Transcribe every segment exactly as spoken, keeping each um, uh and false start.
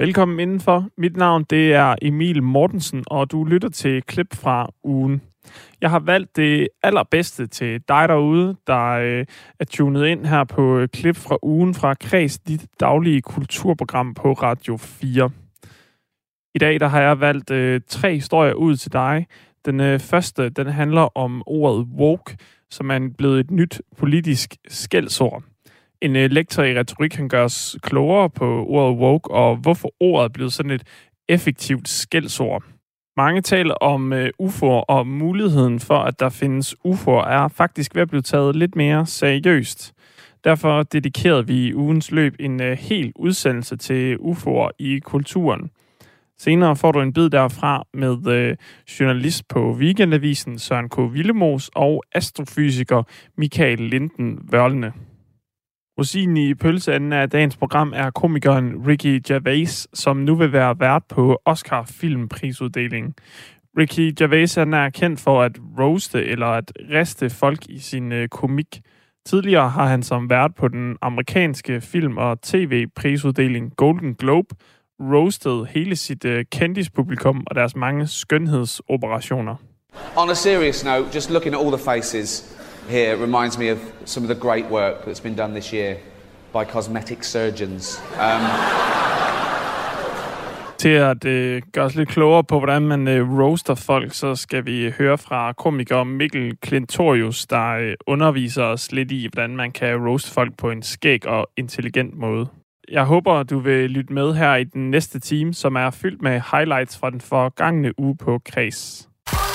Velkommen indenfor. Mit navn det er Emil Mortensen, og du lytter til klip fra ugen. Jeg har valgt det allerbedste til dig derude, der øh, er tunet ind her på øh, klip fra ugen fra Kreds, dit daglige kulturprogram på Radio fire. I dag der har jeg valgt øh, tre historier ud til dig. Den øh, første den handler om ordet woke, som er blevet et nyt politisk skældsord. En øh, lektor i retorik han gør os klogere på ordet woke, og hvorfor ordet er blevet sådan et effektivt skældsord. Mange taler om øh, U F O'er, og muligheden for, at der findes U F O'er, er faktisk ved at blive taget lidt mere seriøst. Derfor dedikerede vi i ugens løb en øh, hel udsendelse til U F O'er i kulturen. Senere får du en bid derfra med øh, journalist på Weekendavisen Søren K. Willemoes og astrofysiker Michael Linden Wørlene. Rosinen i pølseenden af dagens program er komikeren Ricky Gervais, som nu vil være vært på Oscar Filmprisuddelingen. Ricky Gervais er kendt for at roaste eller at riste folk i sin øh, komik. Tidligere har han som vært på den amerikanske film- og tv-prisuddeling Golden Globe roastet hele sit øh, kendispublikum og deres mange skønhedsoperationer. On a serious note, just looking at all the faces here reminds me of some of the great work that's been done this year by cosmetic surgeons. Um, Til at øh, gøre os lidt klogere på, hvordan man øh, roaster folk, så skal vi høre fra komiker Mikkel Klintorius, der øh, underviser os lidt i, hvordan man kan roaste folk på en skæg og intelligent måde. Jeg håber, du vil lytte med her i den næste time, som er fyldt med highlights fra den forgangne uge på Kreds.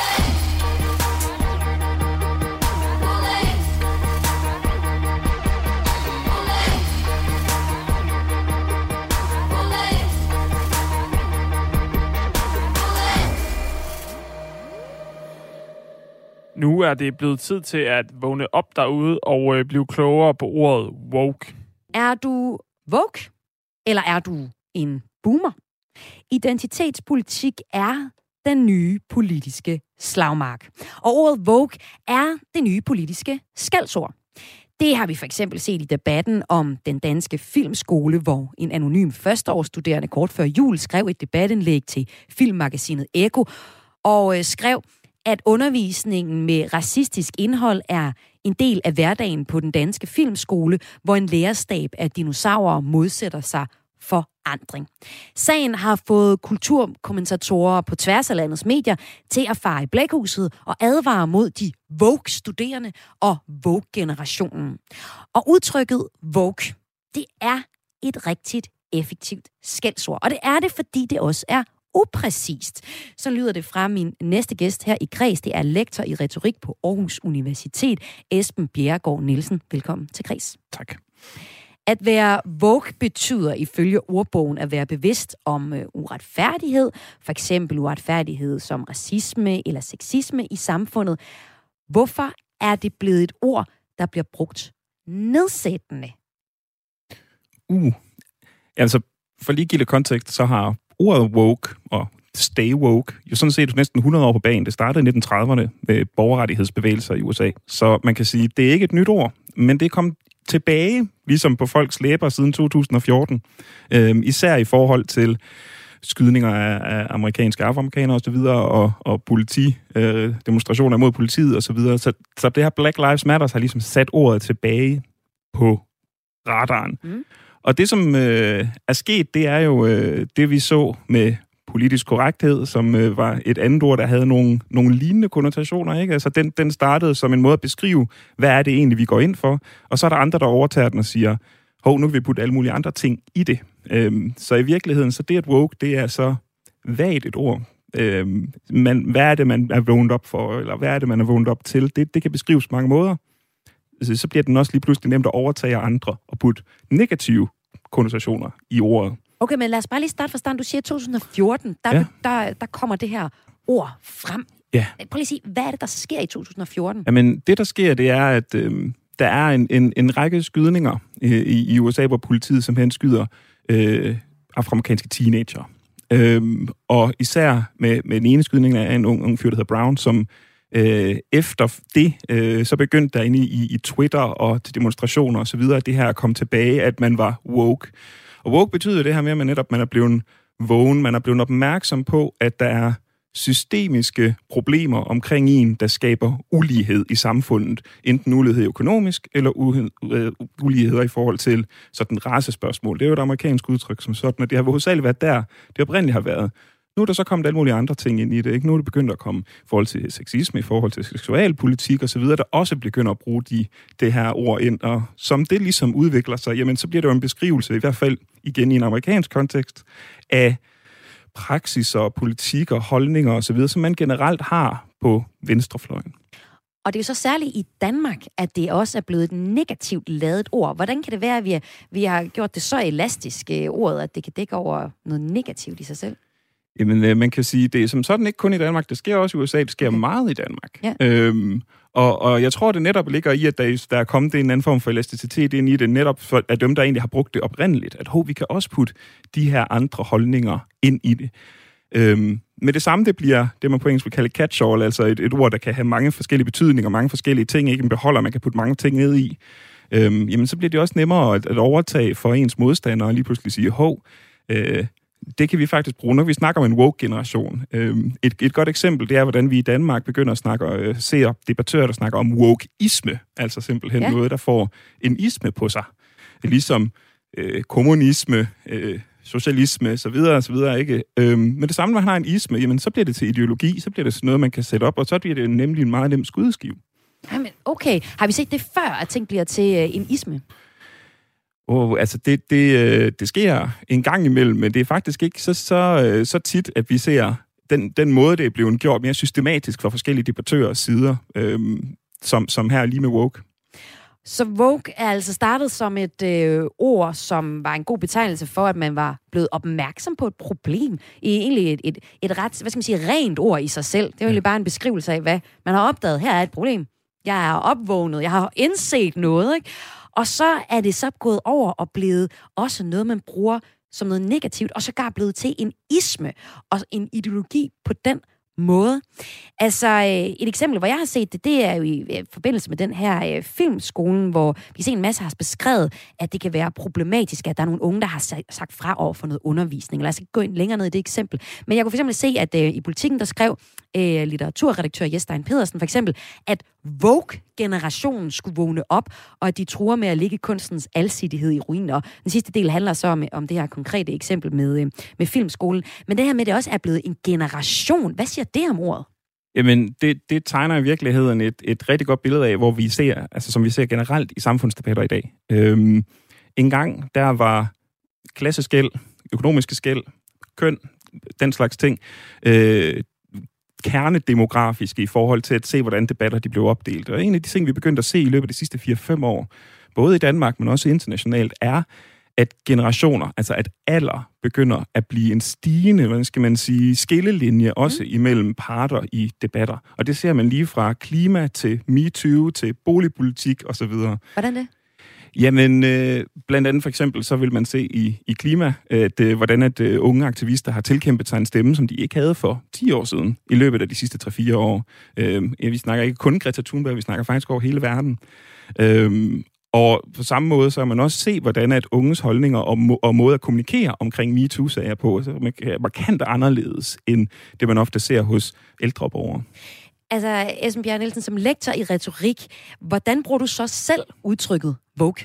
Nu er det blevet tid til at vågne op derude og øh, blive klogere på ordet woke. Er du woke, eller er du en boomer? Identitetspolitik er den nye politiske slagmark. Og ordet woke er det nye politiske skældsord. Det har vi for eksempel set i debatten om den danske filmskole, hvor en anonym førsteårsstuderende kort før jul skrev et debatindlæg til filmmagasinet Ekko og øh, skrev, at undervisningen med racistisk indhold er en del af hverdagen på den danske filmskole, hvor en lærerstab af dinosaurer modsætter sig forandring. Sagen har fået kulturkommentatorer på tværs af landets medier til at fare i blækhuset og advare mod de woke-studerende og woke-generationen. Og udtrykket woke, det er et rigtigt effektivt skældsord. Og det er det, fordi det også er upræcist. Så lyder det fra min næste gæst her i Kreds. Det er lektor i retorik på Aarhus Universitet, Esben Bjerregaard Nielsen. Velkommen til Kreds. Tak. At være woke betyder ifølge ordbogen at være bevidst om uh, uretfærdighed, for eksempel uretfærdighed som racisme eller sexisme i samfundet. Hvorfor er det blevet et ord, der bliver brugt nedsættende? Uh, altså for lige at give det kontekst, så har ordet woke og stay woke jo sådan set næsten hundrede år på banen. Det startede i nitten trediverne med borgerrettighedsbevægelser i U S A. Så man kan sige, det er ikke et nyt ord, men det kom tilbage, ligesom på folks læber siden to tusind og fjorten. Øhm, især i forhold til skydninger af, af amerikanske afroamerikanere og så videre, og, og politi, øh, demonstrationer mod politiet og så videre. Så, så det her Black Lives Matter har ligesom sat ordet tilbage på radaren. Mm. Og det, som øh, er sket, det er jo øh, det, vi så med politisk korrekthed, som øh, var et andet ord, der havde nogle, nogle lignende konnotationer. Ikke? Altså, den, den startede som en måde at beskrive, hvad er det egentlig, vi går ind for, og så er der andre, der overtager den og siger, hov, nu vil vi putte alle mulige andre ting i det. Øhm, så i virkeligheden, så det at woke, det er så vagt et ord. Øhm, man, hvad er det, man er vågnet op for, eller hvad er det, man er vågnet op til? Det, det kan beskrives på mange måder. Så bliver den også lige pludselig nemt at overtage andre og putte negative konnotationer i ordet. Okay, men lad os bare lige starte fra starten. Du siger to tusind og fjorten, der, ja. der, der kommer det her ord frem. Ja. Prøv lige at sige, hvad er det, der sker i to tusind og fjorten? Jamen, det der sker, det er, at øh, der er en, en, en række skydninger øh, i, i U S A, hvor politiet simpelthen skyder øh, afroamerikanske teenager. Øh, og især med, med den ene skydning af en ung, ung fyr, der hedder Brown, som øh, efter det, øh, så begyndte der inde i, i Twitter og til demonstrationer osv., at det her kom tilbage, at man var woke. Og woke betyder det her med, at man netop man er blevet vågen, man er blevet opmærksom på, at der er systemiske problemer omkring en, der skaber ulighed i samfundet. Enten ulighed økonomisk, eller uligheder i forhold til sådan racespørgsmål. Det er jo et amerikansk udtryk som sådan, og det har hovedsageligt været der, det oprindeligt har været. Nu er der så kommet alle mulige andre ting ind i det. Ikke? Nu er det begyndt at komme i forhold til sexisme, i forhold til seksualpolitik osv., der også begynder at bruge de, det her ord ind. Og som det ligesom udvikler sig, jamen så bliver det jo en beskrivelse, i hvert fald igen i en amerikansk kontekst, af praksis og politik og holdninger osv., som man generelt har på venstrefløjen. Og det er jo så særligt i Danmark, at det også er blevet et negativt ladet ord. Hvordan kan det være, at vi, er, vi har gjort det så elastisk, øh, ordet, at det kan dække over noget negativt i sig selv? Jamen, øh, man kan sige, det er som sådan ikke kun i Danmark. Det sker også i U S A. Det sker okay. meget i Danmark. Ja. Øhm, og, og jeg tror, det netop ligger i, at der, der er kommet en anden form for elasticitet ind i det, netop for, at dem, der egentlig har brugt det oprindeligt, at hov, vi kan også putte de her andre holdninger ind i det. Øhm, med det samme, det bliver det, man på engelsk vil kalde catch-all, altså et, et ord, der kan have mange forskellige betydninger, mange forskellige ting, ikke en beholder, man kan putte mange ting ned i. Øhm, jamen, så bliver det også nemmere at, at overtage for ens modstandere og lige pludselig sige, hov, øh, det kan vi faktisk bruge, når vi snakker om en woke-generation. Øhm, et, et godt eksempel, det er, hvordan vi i Danmark begynder at snakke og øh, se debattører, der snakker om wokeisme, altså simpelthen ja. noget, der får en isme på sig. Ligesom øh, kommunisme, øh, socialisme, så videre, så videre, ikke? Øhm, men det samme, når man har en isme, jamen, så bliver det til ideologi, så bliver det sådan noget, man kan sætte op, og så bliver det nemlig en meget nem skudskive. Jamen, okay. Har vi set det før, at ting bliver til øh, en isme? Oh, altså, det, det, det sker en gang imellem, men det er faktisk ikke så, så, så tit, at vi ser den, den måde, det er blevet gjort mere systematisk fra forskellige debattørers sider, øhm, som, som her lige med woke. Så woke er altså startet som et øh, ord, som var en god betegnelse for, at man var blevet opmærksom på et problem. I egentlig et, et, et ret, hvad skal man sige, rent ord i sig selv. Det er jo egentlig bare en beskrivelse af, hvad man har opdaget. Her er et problem. Jeg er opvågnet. Jeg har indset noget, ikke? Og så er det så gået over og blevet også noget, man bruger som noget negativt, og så gar blevet til en isme og en ideologi på den måde. Altså, et eksempel, hvor jeg har set det, det er jo i forbindelse med den her filmskolen, hvor vi kan se en masse har beskrevet, at det kan være problematisk, at der er nogle unge, der har sagt fra over for noget undervisning. Lad os ikke gå ind længere ned i det eksempel. Men jeg kunne for eksempel se, at uh, i Politikken, der skrev uh, litteraturredaktør Jes Stein Pedersen for eksempel, at woke-generationen skulle vågne op, og at de truer med at ligge kunstens alsidighed i ruiner. Den sidste del handler så om, om det her konkrete eksempel med, uh, med filmskolen. Men det her med, at det også er blevet en generation. Hvad siger det om ordet? Jamen, det, det tegner i virkeligheden et, et rigtig godt billede af, hvor vi ser, altså som vi ser generelt i samfundsdebatter i dag. Øhm, en gang, der var klasseskel, økonomiske skel, køn, den slags ting, øh, kernedemografiske i forhold til at se, hvordan debatter de blev opdelt. Og en af de ting, vi begyndte at se i løbet af de sidste fire fem år, både i Danmark, men også internationalt, er, at generationer, altså at alder, begynder at blive en stigende, hvordan skal man sige, skillelinje også mm. imellem parter i debatter. Og det ser man lige fra klima til MeToo til boligpolitik osv. Hvordan det? Jamen, øh, blandt andet for eksempel, så vil man se i, i klima, at, øh, hvordan at øh, unge aktivister har tilkæmpet sig en stemme, som de ikke havde for ti år siden, i løbet af de sidste tre fire år. Øh, ja, vi snakker ikke kun Greta Thunberg, vi snakker faktisk over hele verden. Øh, Og på samme måde, så har man også set, hvordan at unges holdninger og, må- og måde at kommunikere omkring MeToo-sager på, så er markant anderledes, end det man ofte ser hos ældre borgere. Altså, Esben Bjerre Nielsen, som lektor i retorik, hvordan bruger du så selv udtrykket woke?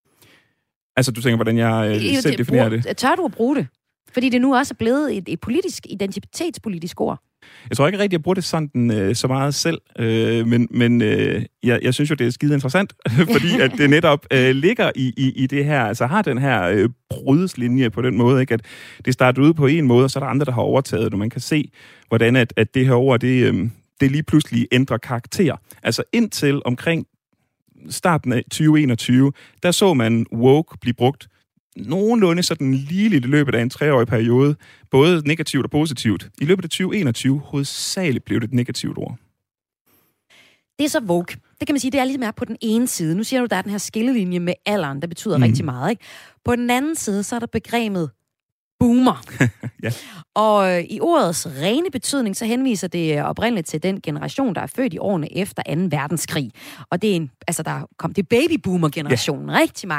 Altså, du tænker, hvordan jeg øh, selv definerer bruger, det? Tør du at bruge det? Fordi det nu også er blevet et, et politisk, identitetspolitisk ord. Jeg tror ikke rigtig, jeg bruger det sådan øh, så meget selv, øh, men, men øh, jeg, jeg synes jo, det er skide interessant, fordi at det netop øh, ligger i, i, i det her, altså har den her øh, brudslinje på den måde, ikke? At det starter ud på en måde, og så er der andre, der har overtaget det, og man kan se, hvordan at, at det her ord, det, øh, det lige pludselig ændrer karakter. Altså indtil omkring starten af tyve enogtyve, der så man woke blive brugt nogenlunde sådan lige lidt i løbet af en treårig periode, både negativt og positivt. I løbet af tyve enogtyve hovedsageligt blev det et negativt ord. Det er så woke. Det kan man sige, det er ligesom er på den ene side. Nu siger du, der er den her skillelinje med alderen, der betyder mm. rigtig meget, ikke? På den anden side, så er der begrebet boomer. Ja. Og øh, i ordets rene betydning, så henviser det oprindeligt til den generation, der er født i årene efter anden verdenskrig. Og det er en, altså der kom det babyboomer-generationen. Ja. Rigtig mange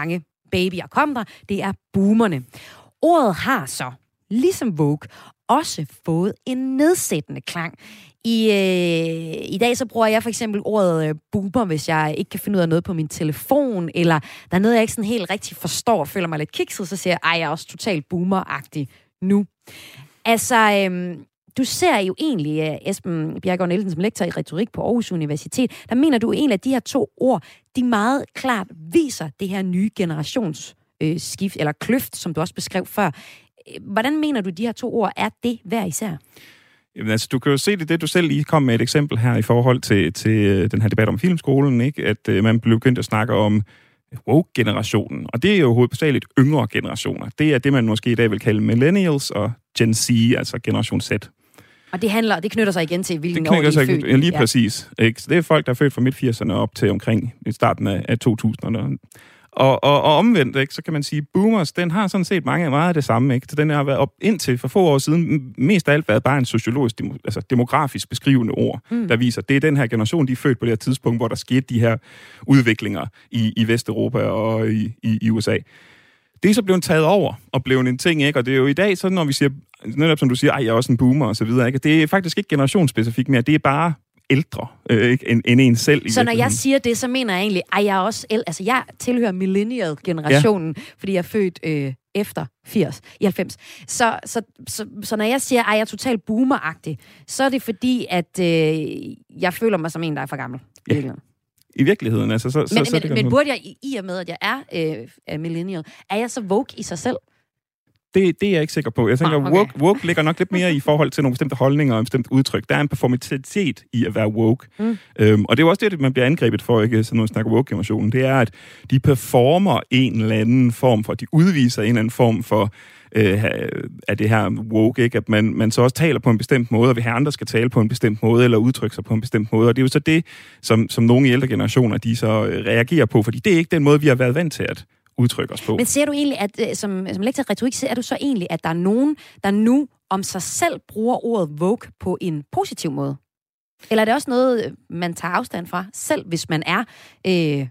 babyer kom der, det er boomerne. Ordet har så, ligesom Vogue, også fået en nedsættende klang. I, øh, I dag så bruger jeg for eksempel ordet øh, boomer, hvis jeg ikke kan finde ud af noget på min telefon, eller der er noget, jeg ikke sådan helt rigtig forstår, føler mig lidt kikset, så siger jeg, ej, jeg er også totalt boomer-agtig nu. Altså, øh, du ser jo egentlig, uh, Esben Bjerregaard Nielsen, som lektor i retorik på Aarhus Universitet, der mener du egentlig, at de her to ord, de meget klart viser det her nye generationsskift, øh, eller kløft, som du også beskrev før. Hvordan mener du, de her to ord er det hver især? Jamen, altså, du kan jo se det, det du selv lige kom med et eksempel her i forhold til, til den her debat om filmskolen, ikke? At uh, man blev begyndt at snakke om woke-generationen, og det er jo hovedsageligt yngre generationer. Det er det, man måske i dag vil kalde millennials og Gen Z, altså generation Z. Og det handler, det knytter sig igen til, hvilken år de er født. Ja, lige præcis. Ikke? Så det er folk, der er født fra midt firserne op til omkring starten af to tusinderne. Og, og, og omvendt, ikke, så kan man sige, boomers, den har sådan set mange meget af det samme. Ikke? Så den har været op indtil for få år siden, mest af alt været bare en sociologisk, altså demografisk beskrivende ord, mm. der viser, det er den her generation, de er født på det her tidspunkt, hvor der skete de her udviklinger i, i Vesteuropa og i, i, i U S A. Det er så blevet taget over og blevet en ting, ikke? Og det er jo i dag, så når vi siger, netop som du siger, ej, jeg er også en boomer og så videre, ikke? Det er faktisk ikke generationsspecifikt mere, det er bare ældre, øh, ikke, end, end en selv. Så når jeg siger det, så mener jeg egentlig, at jeg er også ældre. Altså, jeg tilhører millennial-generationen, ja. Fordi jeg er født øh, efter firs, i halvfems. Så, så, så, så når jeg siger, at jeg er totalt boomer-agtig, så er det fordi, at øh, jeg føler mig som en, der er for gammel. Ja. I virkeligheden, altså. Så, men, så, men, så det men burde jeg, i og med, at jeg er øh, millennial, er jeg så woke i sig selv? Det, det er jeg ikke sikker på. Jeg tænker, ah, okay. woke, woke ligger nok lidt mere i forhold til nogle bestemte holdninger og en bestemt udtryk. Der er en performativitet i at være woke. Mm. Øhm, og det er jo også det, man bliver angrebet for, ikke, så når man snakker woke-generationen. Det er, at de performer en eller anden form for, de udviser en eller anden form for øh, af det her woke, ikke? At man, man så også taler på en bestemt måde, og vi her andre skal tale på en bestemt måde, eller udtrykke sig på en bestemt måde. Og det er jo så det, som, som nogle ældre generationer, de så reagerer på, fordi det er ikke den måde, vi har været vant til at udtrykke os på. Men ser du egentlig, at som, som lektor i retorik, ser du så egentlig, at der er nogen, der nu om sig selv bruger ordet woke på en positiv måde? Eller er det også noget, man tager afstand fra, selv hvis man er øh,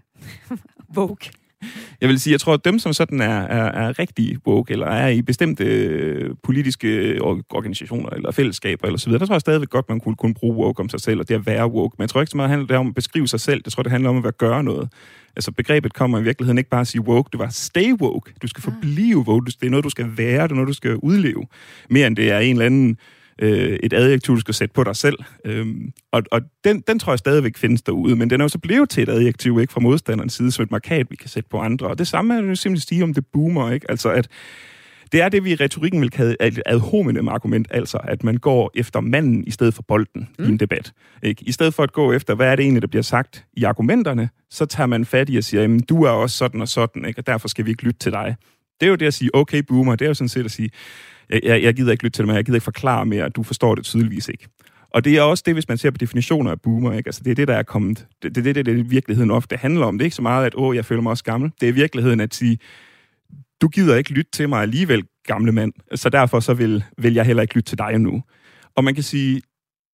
woke? Jeg vil sige, jeg tror, at dem, som sådan er, er, er rigtig woke, eller er i bestemte øh, politiske organisationer, eller fællesskaber, eller så videre, der tror jeg stadigvæk godt, man kunne, kunne bruge woke om sig selv, og det at være woke. Men jeg tror ikke så meget, det handler om at beskrive sig selv. Jeg tror, det handler om at gøre noget. Altså, begrebet kommer i virkeligheden ikke bare at sige woke, det var stay woke. Du skal forblive woke. Det er noget, du skal være, det er noget, du skal udleve. Mere end det er en eller anden øh, et adjektiv, du skal sætte på dig selv. Øhm, og og den, den tror jeg stadigvæk findes derude, men den er jo så blevet til et adjektiv, ikke, fra modstanderens side, som et markat, vi kan sætte på andre. Og det samme er det jo simpelthen sige om det boomer, ikke? Altså, at det er det, vi i retorikken vil kalde et ad hominem argument, altså at man går efter manden i stedet for bolden mm. i en debat. Ikke? I stedet for at gå efter, hvad er det egentlig, der bliver sagt i argumenterne, så tager man fat i at sige, jamen, du er også sådan og sådan, ikke? Og derfor skal vi ikke lytte til dig. Det er jo det at sige, okay, boomer, det er jo sådan set at sige, jeg, jeg, jeg gider ikke lytte til dig, men jeg gider ikke forklare mere, at du forstår det tydeligvis ikke. Og det er også det, hvis man ser på definitioner af boomer, ikke? Altså, det er det, der er kommet. Det er det, det, det, det virkeligheden ofte handler om. Det er ikke så meget, at åh, jeg føler mig også gammel. Det er virkeligheden at sige, du gider ikke lytte til mig alligevel, gamle mand, så derfor så vil, vil jeg heller ikke lytte til dig nu. Og man kan sige,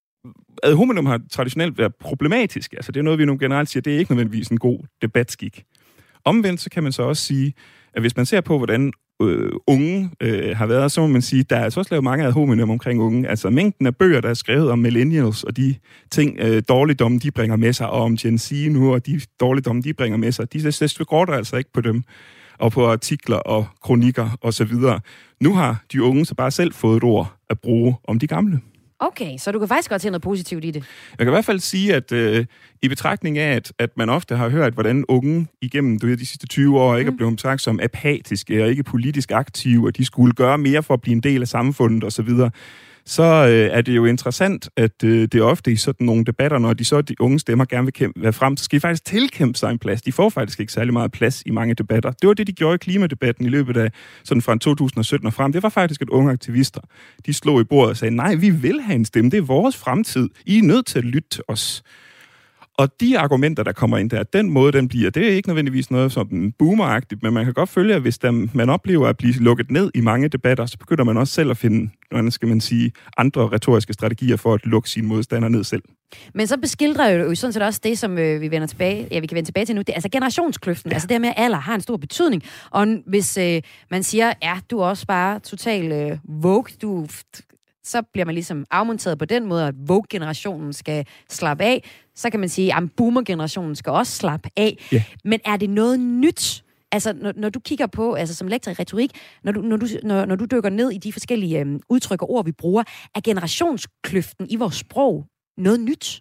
ad hominem har traditionelt været problematisk. Altså det er noget, vi nu generelt siger, det er ikke nødvendigvis en god debatskik. Omvendt så kan man så også sige, at hvis man ser på, hvordan øh, unge øh, har været, så må man sige, der er altså også lavet mange ad hominem omkring unge. Altså mængden af bøger, der er skrevet om millennials, og de ting, øh, dårligdomme, de bringer med sig, og om Gen Z nu, og de dårligdomme, de bringer med sig, de går der altså ikke på dem, og på artikler og kronikker og så videre. Nu har de unge så bare selv fået et ord at bruge om de gamle. Okay, så du kan faktisk godt se noget positivt i det. Jeg kan i hvert fald sige, at øh, i betragtning af, at, at man ofte har hørt, hvordan unge igennem du ved, de sidste tyve år ikke mm. er blevet sagt som apatiske og ikke politisk aktive, og de skulle gøre mere for at blive en del af samfundet og så videre, så øh, er det jo interessant, at øh, det er ofte i sådan nogle debatter, når de så de unge stemmer gerne vil kæmpe, være frem, så skal de faktisk tilkæmpe sig en plads. De får faktisk ikke særlig meget plads i mange debatter. Det var det, de gjorde i klimadebatten i løbet af sådan fra to tusind og sytten og frem. Det var faktisk, at unge aktivister, de slog i bordet og sagde, nej, vi vil have en stemme, det er vores fremtid. I er nødt til at lytte til os. Og de argumenter, der kommer ind der, den måde, den bliver, det er ikke nødvendigvis noget som boomeragtigt, men man kan godt følge, at hvis der, man oplever at blive lukket ned i mange debatter, så begynder man også selv at finde, hvordan skal man sige, andre retoriske strategier for at lukke sine modstandere ned selv. Men så beskildrer jo sådan set også det, som øh, vi vender tilbage, ja, vi kan vende tilbage til nu, det er altså generationskløften, ja. Altså det her med, at alder har en stor betydning. Og hvis øh, man siger, ja, du er også bare total øh, woke, du... så bliver man ligesom afmonteret på den måde, at Vogue-generationen skal slappe af. Så kan man sige, at boomer-generationen skal også slappe af. Yeah. Men er det noget nyt? Altså, når, når du kigger på, altså som lektor i retorik, når du, når du, når, når du dykker ned i de forskellige øhm, udtryk og ord, vi bruger, er generationskløften i vores sprog noget nyt?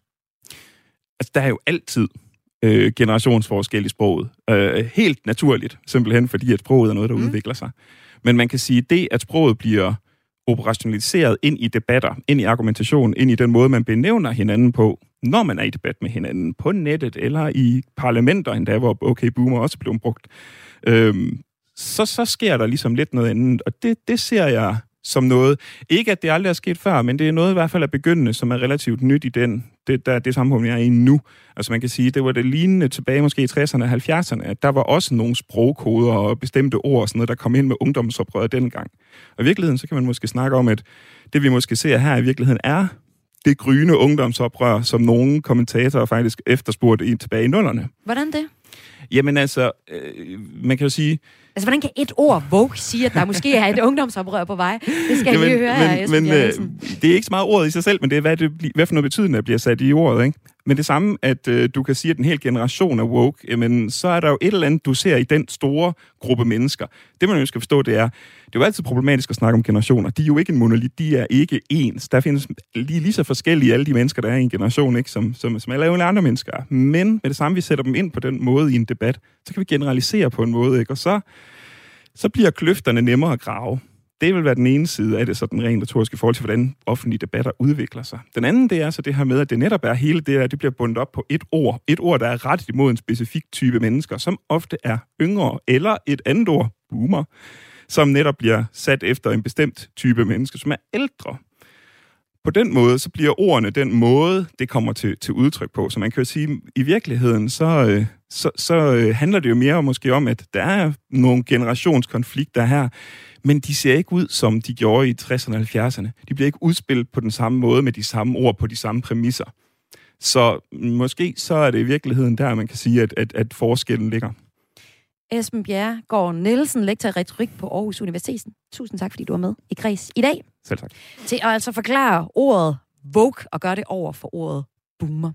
Altså, der er jo altid øh, generationsforskel i sproget. Øh, helt naturligt, simpelthen fordi, at sproget er noget, der mm. udvikler sig. Men man kan sige, at det, at sproget bliver operationaliseret ind i debatter, ind i argumentation, ind i den måde, man benævner hinanden på, når man er i debat med hinanden, på nettet eller i parlamenter endda, hvor okay boomer også blev brugt, øhm, så, så sker der ligesom lidt noget andet, og det, det ser jeg som noget, ikke at det aldrig er sket før, men det er noget i hvert fald af begyndende, som er relativt nyt i den, det, der, det samfund, jeg er i nu. Altså man kan sige, det var det lignende tilbage måske i tresserne og halvfjerdserne, at der var også nogle sprogkoder og bestemte ord og sådan noget, der kom ind med ungdomsoprøret dengang. Og i virkeligheden, så kan man måske snakke om, at det vi måske ser her i virkeligheden er det gryende ungdomsoprør, som nogle kommentatorer faktisk efterspurgte i, tilbage i nullerne. Hvordan det? Jamen altså, øh, man kan jo sige... Altså, hvordan kan et ord, Vogue, sige, at der måske er et ungdomsoprør på vej? Det skal jamen, vi høre her, Esben men, øh, det er ikke så meget ordet i sig selv, men det er, hvad, det, hvad for noget betydning, der bliver sat i ordet, ikke? Men det samme, at øh, du kan sige, at en hel generation er woke, jamen, så er der jo et eller andet, du ser i den store gruppe mennesker. Det, man jo skal forstå, det er, det er jo altid problematisk at snakke om generationer. De er jo ikke en monolit, de er ikke ens. Der findes lige, lige så forskellige alle de mennesker, der er i en generation, ikke? Som, som, som alle andre mennesker. Men med det samme, vi sætter dem ind på den måde i en debat, så kan vi generalisere på en måde, ikke? Og så, så bliver kløfterne nemmere at grave. Det vil være den ene side af det, sådan rent retoriske forhold til, hvordan offentlige debatter udvikler sig. Den anden, det er så det her med, at det netop er hele det her, det bliver bundet op på et ord. Et ord, der er rettet imod en specifik type mennesker, som ofte er yngre, eller et andet ord, boomer, som netop bliver sat efter en bestemt type mennesker, som er ældre. På den måde, så bliver ordene den måde, det kommer til, til udtryk på. Så man kan jo sige, i virkeligheden, så, så, så handler det jo mere måske om, at der er nogle generationskonflikter her, men de ser ikke ud, som de gjorde i tresserne og halvfjerdserne. De bliver ikke udspillet på den samme måde, med de samme ord, på de samme præmisser. Så måske så er det i virkeligheden der, man kan sige, at, at, at forskellen ligger. Esben Bjerregaard Nielsen, lektor i retorik på Aarhus Universitet. Tusind tak, fordi du var med i Kreds i dag. Selv tak. Til at altså forklare ordet woke og gøre det over for ordet boomer.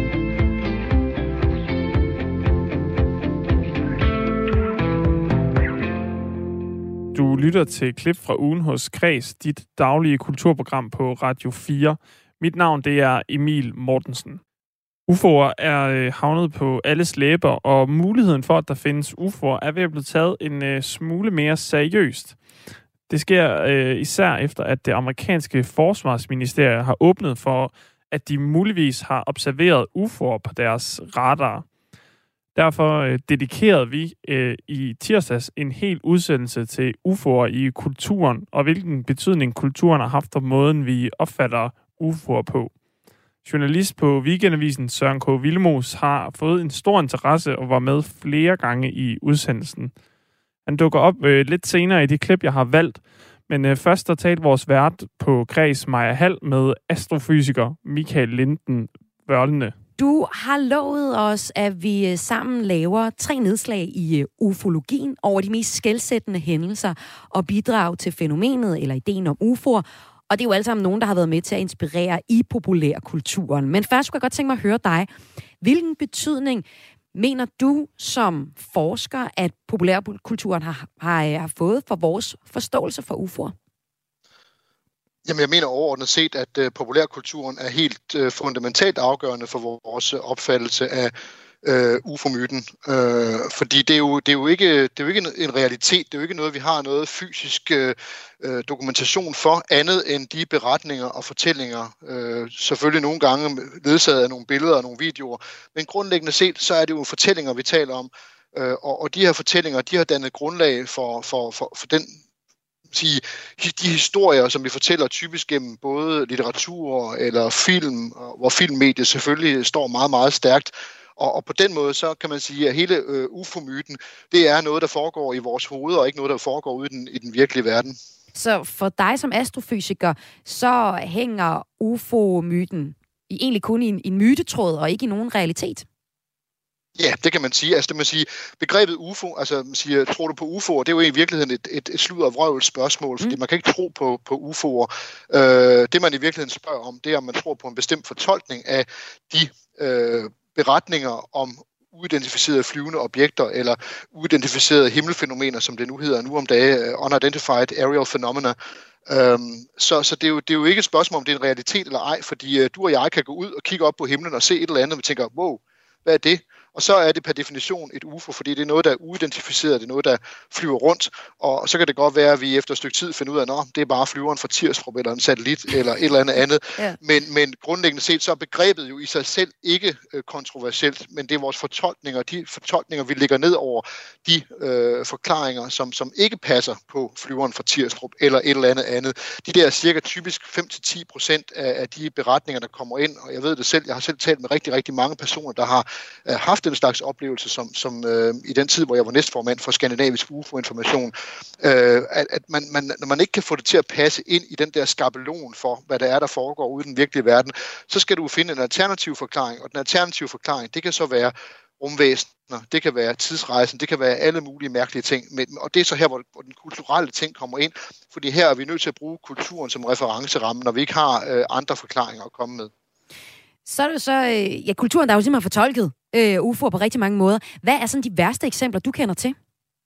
Du lytter til et klip fra ugen hos Kreds, dit daglige kulturprogram på Radio fire. Mit navn, det er Emil Mortensen. U F O'er er havnet på alles læber, og muligheden for, at der findes U F O'er, er ved at blive taget en uh, smule mere seriøst. Det sker uh, især efter, at det amerikanske forsvarsministerium har åbnet for, at de muligvis har observeret U F O'er på deres radar. Derfor uh, dedikerede vi uh, i tirsdags en hel udsendelse til U F O'er i kulturen, og hvilken betydning kulturen har haft for måden, vi opfatter U F O'er på. Journalist på Weekendavisen Søren K. Willemoes har fået en stor interesse og var med flere gange i udsendelsen. Han dukker op øh, lidt senere i det klip, jeg har valgt, men øh, først der talte vores vært på Kreds Maja Hall med astrofysiker Michael Linden Wørlende. Du har lovet os, at vi sammen laver tre nedslag i ufologien over de mest skelsættende hændelser og bidrag til fænomenet eller ideen om U F O'er. Og det er jo alle sammen nogen, der har været med til at inspirere i populærkulturen. Men først skulle jeg godt tænke mig at høre dig. Hvilken betydning mener du som forsker, at populærkulturen har, har, har fået for vores forståelse for U F O'er? Jamen, jeg mener overordnet set, at uh, populærkulturen er helt uh, fundamentalt afgørende for vores opfattelse af uh, U F O-myten. Uh, fordi det er, jo, det, er jo ikke, det er jo ikke en, en realitet, det er jo ikke noget, vi har noget fysisk uh, dokumentation for, andet end de beretninger og fortællinger. Uh, selvfølgelig nogle gange ledsaget af nogle billeder og nogle videoer, men grundlæggende set, så er det jo fortællinger, vi taler om. Uh, og, og de her fortællinger, de har dannet grundlag for, for, for, for den sige, de historier, som vi fortæller typisk gennem både litteratur eller film, hvor filmmediet selvfølgelig står meget, meget stærkt. Og, og på den måde, så kan man sige, at hele øh, U F O-myten, det er noget, der foregår i vores hoveder, og ikke noget, der foregår ude i den, i den virkelige verden. Så for dig som astrofysiker, så hænger U F O-myten egentlig kun i en, en mytetråd, og ikke i nogen realitet? Ja, det kan man sige. Altså, det man sige, begrebet U F O, altså man siger, tror du på U F O'er, det er jo i virkeligheden et, et, et sludder og vrøvl spørgsmål, fordi mm. man kan ikke tro på, på U F O'er. Øh, det man i virkeligheden spørger om, det er, om man tror på en bestemt fortolkning af de øh, beretninger om uidentificerede flyvende objekter, eller uidentificerede himmelfænomener, som det nu hedder nu om dage, unidentified aerial phenomena. Um, så så det, er jo, det er jo ikke et spørgsmål, om det er en realitet eller ej, fordi uh, du og jeg kan gå ud og kigge op på himlen og se et eller andet, og vi tænker, wow, hvad er det? Og så er det per definition et U F O, fordi det er noget, der er uidentificeret, det er noget, der flyver rundt, og så kan det godt være, at vi efter et stykke tid finder ud af, at det er bare flyveren fra Tirstrup eller en satellit eller et eller andet andet. Ja. Men, men grundlæggende set, så er begrebet jo i sig selv ikke øh, kontroversielt, men det er vores fortolkninger, de fortolkninger, vi lægger ned over de øh, forklaringer, som, som ikke passer på flyveren fra Tirstrup eller et eller andet andet. De der cirka typisk fem til ti procent af, af de beretninger, der kommer ind, og jeg ved det selv, jeg har selv talt med rigtig, rigtig mange personer, der har øh, haft den slags oplevelse, som, som øh, i den tid, hvor jeg var næstformand for Skandinavisk U F O-information, øh, at, at man, man, når man ikke kan få det til at passe ind i den der skabelon for, hvad der er, der foregår ude i den virkelige verden, så skal du finde en alternativ forklaring, og den alternative forklaring, det kan så være rumvæsener, det kan være tidsrejsen, det kan være alle mulige mærkelige ting, men, og det er så her, hvor, hvor den kulturelle ting kommer ind, fordi her er vi nødt til at bruge kulturen som referenceramme, når vi ikke har øh, andre forklaringer at komme med. Så er det så, øh, ja, kulturen, der er jo simpelthen fortolket øh, U F O'er på rigtig mange måder. Hvad er sådan de værste eksempler, du kender til?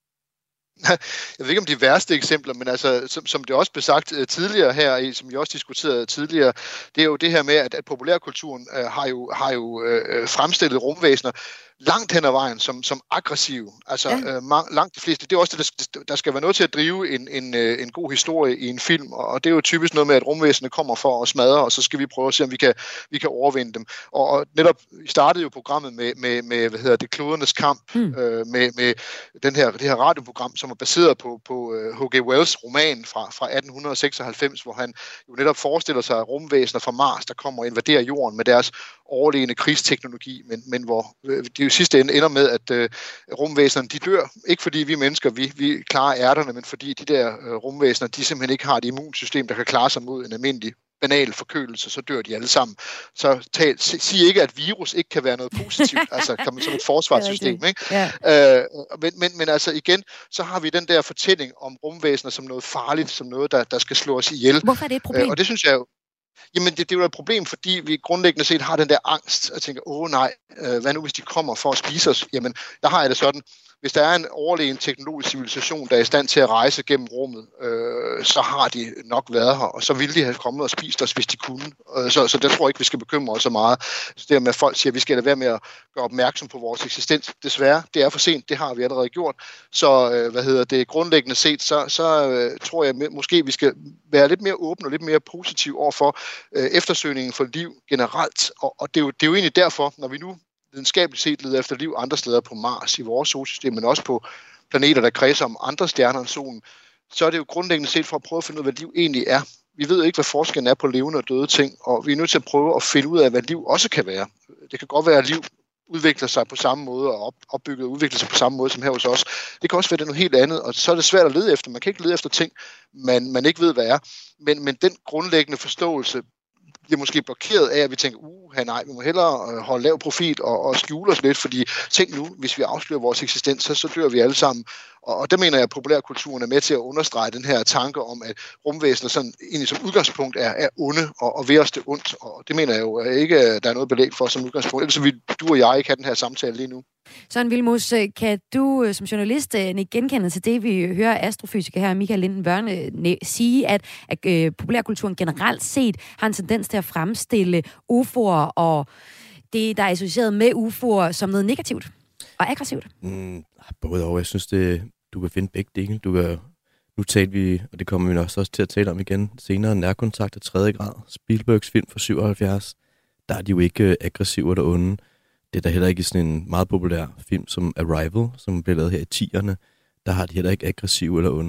Jeg ved ikke om de værste eksempler, men altså, som, som det også blev sagt uh, tidligere her, som vi også diskuterede tidligere, det er jo det her med, at, at populærkulturen uh, har jo, har jo uh, fremstillet rumvæsener langt hen ad vejen som, som aggressive. Altså ja. øh, man, langt de fleste. Det er også det, der, der skal være noget til at drive en, en, en god historie i en film, og det er jo typisk noget med, at rumvæsenerne kommer for at smadre, og så skal vi prøve at se, om vi kan, vi kan overvinde dem. Og, og netop startede jo programmet med, med, med hvad hedder det, Klodernes Kamp, mm. øh, med, med den her, det her radioprogram, som er baseret på, på H G Wells roman fra, fra atten seksoghalvfems, hvor han jo netop forestiller sig rumvæsener fra Mars, der kommer og invaderer jorden med deres overlegne krigsteknologi, men, men hvor øh, de jo sidste ende ender med, at øh, rumvæsenerne, de dør. Ikke fordi vi mennesker, vi, vi klarer ærterne, men fordi de der øh, rumvæsener, de simpelthen ikke har et immunsystem, der kan klare sig mod en almindelig banal forkølelse, så dør de alle sammen. Så tal, sig ikke, at virus ikke kan være noget positivt, altså kan man som et forsvarssystem, ikke? Ja. Øh, men, men, men altså igen, så har vi den der fortælling om rumvæsener som noget farligt, som noget, der, der skal slå os ihjel. Hvorfor er det et problem? Øh, og det synes jeg jo, jamen det, det er jo et problem, fordi vi grundlæggende set har den der angst, og tænker, åh nej, øh, hvad nu hvis de kommer for at spise os? Jamen, der har jeg det sådan, hvis der er en overlegen teknologisk civilisation, der er i stand til at rejse gennem rummet, øh, så har de nok været her, og så ville de have kommet og spist os, hvis de kunne. Øh, så, så der tror jeg ikke, vi skal bekymre os så meget. Så det med, at folk siger, at vi skal lade være med at gøre opmærksom på vores eksistens. Desværre, det er for sent, det har vi allerede gjort. Så øh, hvad hedder det, grundlæggende set, så, så øh, tror jeg måske, vi skal være lidt mere åbne og lidt mere positive over for øh, eftersøgningen for liv generelt. Og, og det, er jo, det er jo egentlig derfor, når vi nu videnskabeligt set leder efter liv andre steder på Mars, i vores solsystem, men også på planeter, der kredser om andre stjerner end solen, så er det jo grundlæggende set for at prøve at finde ud af, hvad liv egentlig er. Vi ved jo ikke, hvad forskellen er på levende og døde ting, og vi er nødt til at prøve at finde ud af, hvad liv også kan være. Det kan godt være, at liv udvikler sig på samme måde, og opbygget og udvikler sig på samme måde som her hos os. Det kan også være det noget helt andet, og så er det svært at lede efter. Man kan ikke lede efter ting, man, man ikke ved, hvad er. Men, men den grundlæggende forståelse bliver måske blokeret af, at vi tænker, uh, nej, vi må hellere holde lav profil og, og skjule os lidt, fordi tænk nu, hvis vi afslører vores eksistens, så, så dør vi alle sammen. Og, og der mener jeg, at populærkulturen er med til at understrege den her tanke om, at rumvæsener sådan egentlig som udgangspunkt er, er onde, og, og ved os det ondt. Og det mener jeg jo ikke, at der er noget belæg for som udgangspunkt. Ellers vil du og jeg ikke have den her samtale lige nu. Søren Vilmos, kan du som journalist ikke genkende til det, vi hører astrofysiker her, Michael Linden Børne, sige, at, at øh, populærkulturen generelt set har en tendens til at fremstille U F O'er og det, der er associeret med U F O'er, som noget negativt og aggressivt? Mm, både og. Jeg synes, det, du kan finde begge dele. Du kan, nu talte vi, og det kommer vi også til at tale om igen senere, Nærkontakt af tredje grad. Spielbergs film fra syvoghalvfjerds. Der er de jo ikke aggressive eller onde. Det er der heller ikke sådan en meget populær film som Arrival, som blev lavet her i tierne. Der har de heller ikke aggressive eller onde.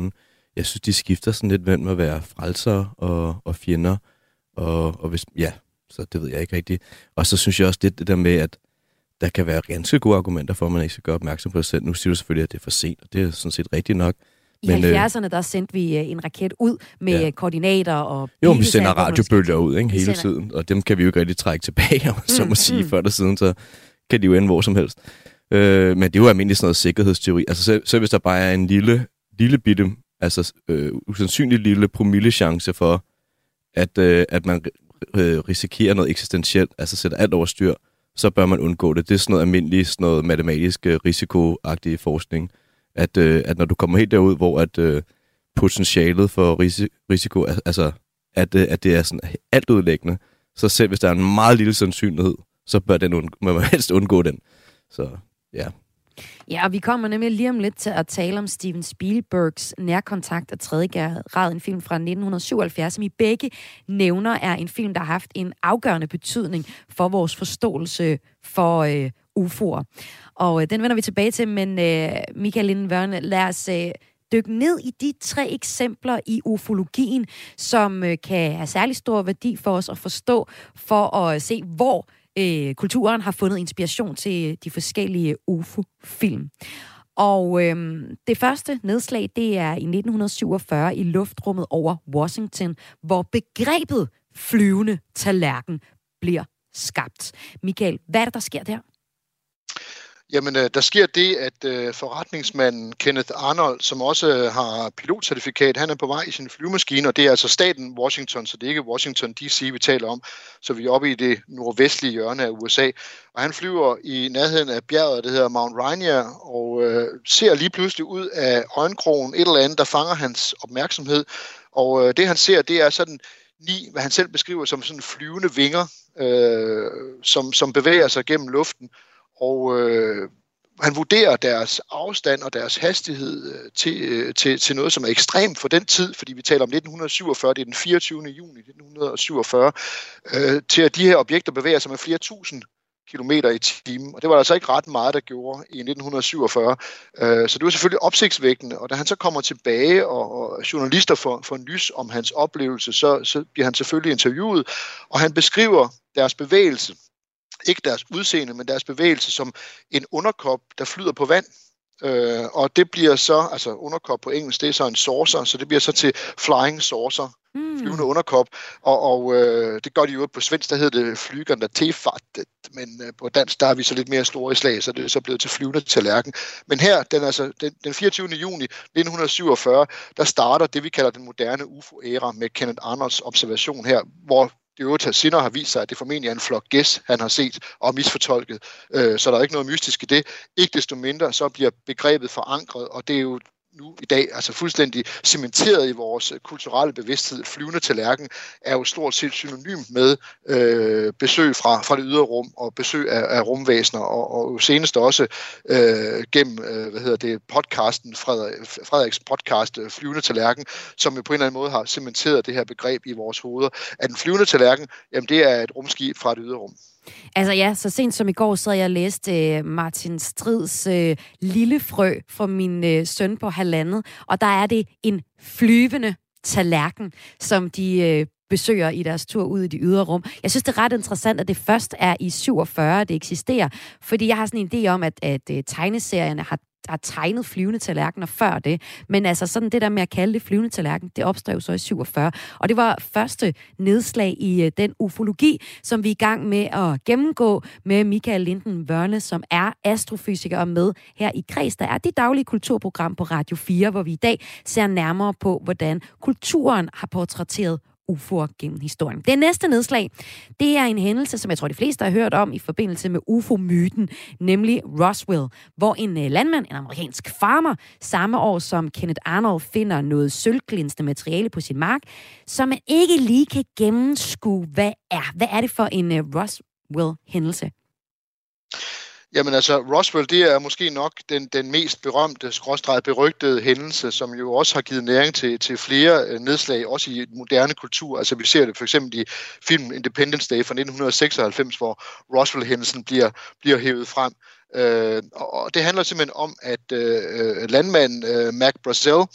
jeg synes, de skifter sådan lidt mellem at være frelsere og, og fjender, og, og hvis, ja, så det ved jeg ikke rigtigt. Og så synes jeg også det, det der med, at der kan være ganske gode argumenter for, at man ikke skal gøre opmærksom på sig selv. Nu siger du selvfølgelig, at det er for sent, og det er sådan set rigtigt nok. I men, halvfjerdserne, der sendte vi en raket ud med ja. koordinater og... Jo, vi sender radiobølger ud ikke, hele sender... tiden, og dem kan vi jo ikke rigtig trække tilbage, om så må mm, sige, mm. før der siden, så kan de jo ende hvor som helst. Øh, men det er jo almindelig sådan noget sikkerhedsteori. Altså selv, selv hvis der bare er en lille, lille bitte, altså øh, usandsynlig lille promillechance for, at, øh, at man øh, risikerer noget eksistentielt, altså sætter alt over styr, så bør man undgå det. Det er sådan noget almindelig, sådan noget matematisk risikoagtig forskning. At, øh, at når du kommer helt derud, hvor at, øh, potentialet for risi- risiko, altså at, øh, at det er sådan alt udlæggende, så selv hvis der er en meget lille sandsynlighed, så bør den und- man må helst undgå den. Så ja. Ja, og vi kommer nemlig lige om lidt til at tale om Steven Spielbergs Nærkontakt af tredje grad, en film fra nitten syvoghalvfjerds, som I begge nævner er en film, der har haft en afgørende betydning for vores forståelse for øh, U F O'er. Og øh, den vender vi tilbage til, men øh, Michael Linden-Vørne, lad os øh, dykke ned i de tre eksempler i ufologien, som øh, kan have særlig stor værdi for os at forstå, for at se, hvor øh, kulturen har fundet inspiration til de forskellige U F O-film. Og øh, det første nedslag, det er i nitten syvogfyrre i luftrummet over Washington, hvor begrebet flyvende tallerken bliver skabt. Michael, hvad er det, der sker der? Jamen, øh, der sker det, at øh, forretningsmanden Kenneth Arnold, som også øh, har pilotcertifikat, han er på vej i sin flyvemaskine, og det er altså staten Washington, så det er ikke Washington D C, vi taler om, så vi er oppe i det nordvestlige hjørne af U S A. Og han flyver i nærheden af bjerget, det hedder Mount Rainier, og øh, ser lige pludselig ud af øjenkrogen et eller andet, der fanger hans opmærksomhed. Og øh, det han ser, det er sådan ni, hvad han selv beskriver som sådan flyvende vinger, øh, som, som bevæger sig gennem luften. Og øh, han vurderer deres afstand og deres hastighed øh, til, øh, til, til noget, som er ekstremt for den tid, fordi vi taler om nitten syvogfyrre, det er den fireogtyvende juni nitten syvogfyrre, øh, til at de her objekter bevæger sig med flere tusind kilometer i timen. Og det var altså ikke ret meget, der gjorde i nitten syvogfyrre. Øh, så det var selvfølgelig opsigtsvækkende, og da han så kommer tilbage, og, og journalister får, får nys om hans oplevelse, så, så bliver han selvfølgelig interviewet, og han beskriver deres bevægelse. Ikke deres udseende, men deres bevægelse som en underkop, der flyder på vand. Øh, og det bliver så, altså underkop på engelsk, det er så en saucer, så det bliver så til flying saucer, mm. flyvende underkop. Og, og øh, det gør de jo på svensk, der hedder det flygende tefattet, men øh, på dansk, der er vi så lidt mere store i slag, så det er så blevet til flyvende tallerken. Men her, den, altså, den, den fireogtyvende juni nitten syvogfyrre, der starter det, vi kalder den moderne U F O-æra med Kenneth Arnolds observation her, hvor det øvrigt senere har vist sig, at det formentlig er en flok gæs, han har set og misfortolket. Øh, så der er ikke noget mystisk i det. Ikke desto mindre, så bliver begrebet forankret, og det er jo nu i dag altså fuldstændig cementeret i vores kulturelle bevidsthed. Flyvende tallerken er jo stort set synonym med øh, besøg fra, fra det ydre rum og besøg af, af rumvæsener, og, og senest også øh, gennem øh, hvad hedder det, podcasten, Frederik, Frederiks podcast Flyvende tallerken, som jo på en eller anden måde har cementeret det her begreb i vores hoveder. At den flyvende tallerken, jamen det er et rumskib fra det ydre rum. Altså ja, så sent som i går sad jeg og læste uh, Martin Strids uh, Lille frø fra min uh, søn på halvandet, og der er det en flyvende tallerken, som de uh, besøger i deres tur ud i det ydre rum. Jeg synes, det er ret interessant, at det først er i syvogfyrre, det eksisterer, fordi jeg har sådan en idé om, at, at uh, tegneserierne har har tegnet flyvende tallerkener før det. Men altså sådan det der med at kalde det flyvende tallerken, det opstod jo så i syvogfyrre. Og det var første nedslag i uh, den ufologi, som vi er i gang med at gennemgå med Michael Linden-Vørne, som er astrofysiker og med her i Kreds. Der er det daglige kulturprogram på Radio fire, hvor vi i dag ser nærmere på, hvordan kulturen har portrætteret U F O'er gennem historien. Det næste nedslag, det er en hændelse, som jeg tror, de fleste har hørt om i forbindelse med U F O-myten, nemlig Roswell, hvor en landmand, en amerikansk farmer, samme år som Kenneth Arnold finder noget sølvglinsende materiale på sin mark, som man ikke lige kan gennemskue, hvad er. Hvad er det for en uh, Roswell-hændelse? Jamen altså, Roswell, det er måske nok den, den mest berømte, skråstreg berygtede hændelse, som jo også har givet næring til, til flere nedslag, også i moderne kultur. Altså vi ser det for eksempel i filmen Independence Day fra nitten seksoghalvfems, hvor Roswell-hændelsen bliver, bliver hævet frem. Øh, og det handler simpelthen om, at øh, landmanden øh, Mac Brazel,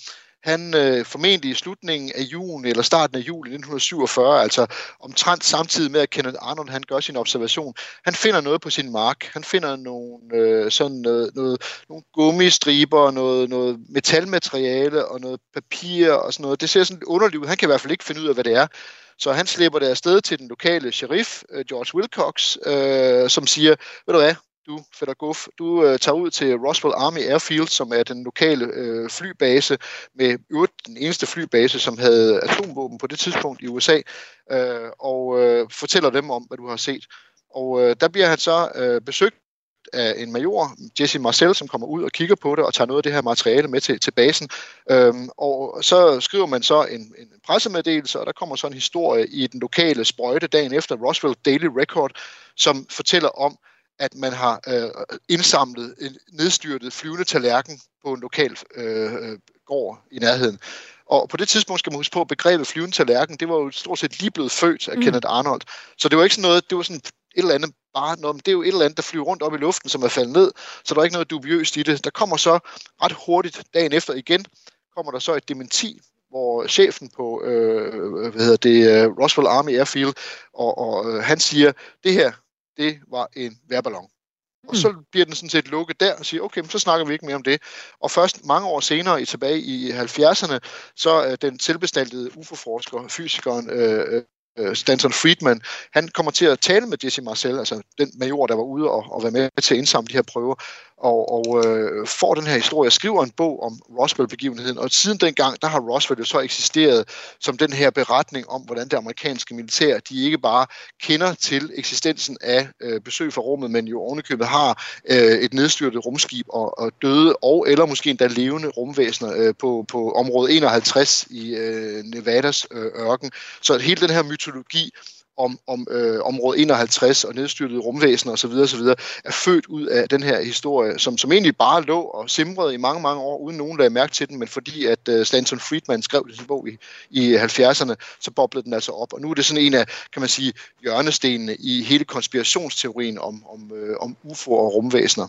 han øh, formentlig i slutningen af juni eller starten af juli nitten syvogfyrre, altså omtrent samtidig med, at Kenneth Arnold han gør sin observation, han finder noget på sin mark. Han finder nogle, øh, sådan noget, noget, nogle gummistriber, noget, noget metalmateriale og noget papir og sådan noget. Det ser sådan lidt underligt ud. Han kan i hvert fald ikke finde ud af, hvad det er. Så han slipper det afsted til den lokale sheriff, George Wilcox, øh, som siger, ved du hvad, du, Fætter Guf, du øh, tager ud til Roswell Army Airfield, som er den lokale øh, flybase, med øvrigt den eneste flybase, som havde atomvåben på det tidspunkt i U S A, øh, og øh, fortæller dem om, hvad du har set. Og øh, der bliver han så øh, besøgt af en major, Jesse Marcel, som kommer ud og kigger på det og tager noget af det her materiale med til, til basen. Øhm, og så skriver man så en, en pressemeddelelse, og der kommer så en historie i den lokale sprøjte dagen efter, Roswell Daily Record, som fortæller om, at man har øh, indsamlet en nedstyrtet flyvende tallerken på en lokal øh, gård i nærheden. Og på det tidspunkt skal man huske på, at begrebet flyvende tallerken, det var jo stort set lige blevet født af mm. Kenneth Arnold. Så det var ikke sådan noget, det var sådan et eller andet bare noget, men det er jo et eller andet, der flyver rundt op i luften, som er faldet ned, så der er ikke noget dubiøst i det. Der kommer så ret hurtigt dagen efter igen, kommer der så et dementi, hvor chefen på øh, hvad hedder det, Roswell Army Airfield, og, og øh, han siger, det her, det var en vejrballon. Og så bliver den sådan set lukket der og siger, okay, så snakker vi ikke mere om det. Og først mange år senere, i tilbage i halvfjerdserne, så er den selvbestaltede U F O-forsker, fysikeren øh, Stanton Friedman, han kommer til at tale med Jesse Marcel, altså den major, der var ude og, og være med til at indsamle de her prøver, og, og øh, får den her historie, skriver en bog om Roswell-begivenheden, og siden dengang, der har Roswell jo så eksisteret som den her beretning om, hvordan det amerikanske militær, de ikke bare kender til eksistensen af øh, besøg fra rummet, men jo ovenikøbet har øh, et nedstyrtet rumskib og, og døde, og eller måske endda levende rumvæsener øh, på, på område enoghalvtreds i øh, Nevadas øh, ørken. Så hele den her mytologi om, om øh, område enoghalvtreds og nedstyrtede rumvæsener osv. osv. er født ud af den her historie, som, som egentlig bare lå og simrede i mange, mange år, uden nogen lagde mærke til den, men fordi at øh, Stanton Friedman skrev sin bog i, i halvfjerdserne, så boblede den altså op. Og nu er det sådan en af, kan man sige, hjørnestenene i hele konspirationsteorien om, om, øh, om U F O'er og rumvæsener.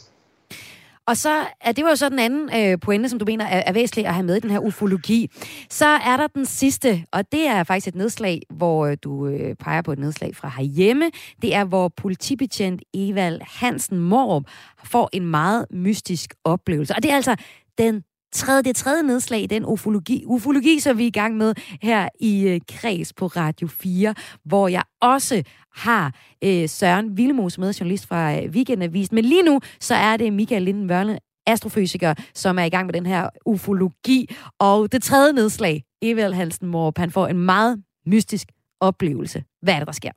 Og så er det jo så den anden øh, pointe, som du mener er, er væsentlig at have med i den her ufologi. Så er der den sidste, og det er faktisk et nedslag, hvor øh, du øh, peger på et nedslag fra herhjemme. Det er, hvor politibetjent Evald Hansen Mårup får en meget mystisk oplevelse. Og det er altså den tredje, det tredje nedslag i den ufologi, ufologi, som vi er i gang med her i øh, Kreds på Radio fire, hvor jeg også har øh, Søren Willemoes med, journalist fra øh, Weekendavisen. Men lige nu, så er det Michael Linden Wørle, astrofysiker, som er i gang med den her ufologi. Og det tredje nedslag, Evald Hansen Mårup, han får en meget mystisk oplevelse. Hvad er det, der sker?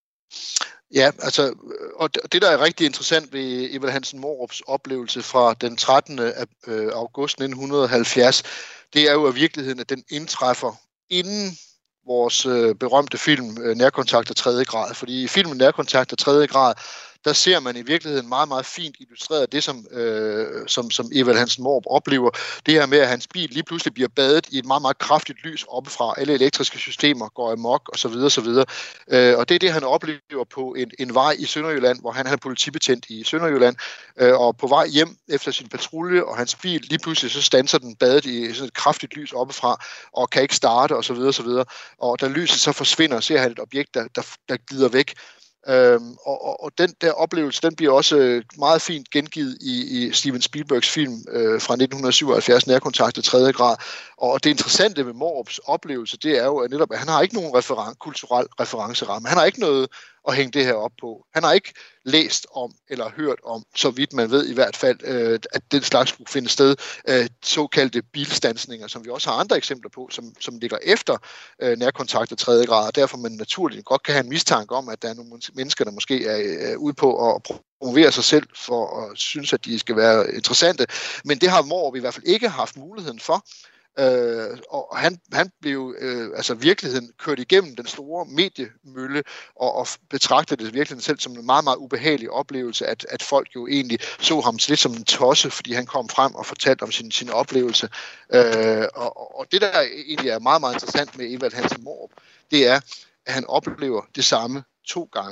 Ja, altså, og det, der er rigtig interessant ved Evald Hansen Mårups oplevelse fra den trettende august nitten halvfjerds, det er jo i virkeligheden, at den indtræffer inden vores øh, berømte film øh, Nærkontakt af tredje grad. Fordi i filmen Nærkontakt af tredje grad, der ser man i virkeligheden meget, meget fint illustreret det, som, øh, som, som Evald Hansen Mårup oplever. Det her med, at hans bil lige pludselig bliver badet i et meget, meget kraftigt lys oppefra. Alle elektriske systemer går amok, osv. osv. Øh, og det er det, han oplever på en, en vej i Sønderjylland, hvor han er politibetjent i Sønderjylland, øh, og på vej hjem efter sin patrulje, og hans bil lige pludselig så standser den badet i sådan et kraftigt lys oppefra, og kan ikke starte, osv. osv. Og da lyset så forsvinder, ser han et objekt, der, der, der glider væk. Øhm, og, og, og den der oplevelse, den bliver også meget fint gengivet i, i Steven Spielbergs film øh, fra nitten syvoghalvfjerds, Nærkontakt af tredje grad. Og det interessante med Mårups oplevelse, det er jo at netop, at han har ikke nogen referen- kulturel referenceramme. Han har ikke noget at hænge det her op på. Han har ikke læst om eller hørt om, så vidt man ved i hvert fald, øh, at den slags skulle finde sted, øh, såkaldte bilstandsninger, som vi også har andre eksempler på, som, som ligger efter øh, nærkontakt af tredje grad, og derfor man naturligt godt kan have en mistanke om, at der er nogle mennesker, der måske er øh, ude på at promovere sig selv for at synes, at de skal være interessante. Men det har Mårup i hvert fald ikke haft muligheden for. Øh, og han, han blev øh, altså virkeligheden kørt igennem den store mediemølle og, og betragtede det virkelig selv som en meget, meget ubehagelig oplevelse, at, at folk jo egentlig så ham lidt som en tosse, fordi han kom frem og fortalte om sin, sin oplevelse. Øh, og, og det, der egentlig er meget, meget interessant med Evald Hansen Mårup, det er, at han oplever det samme to gange.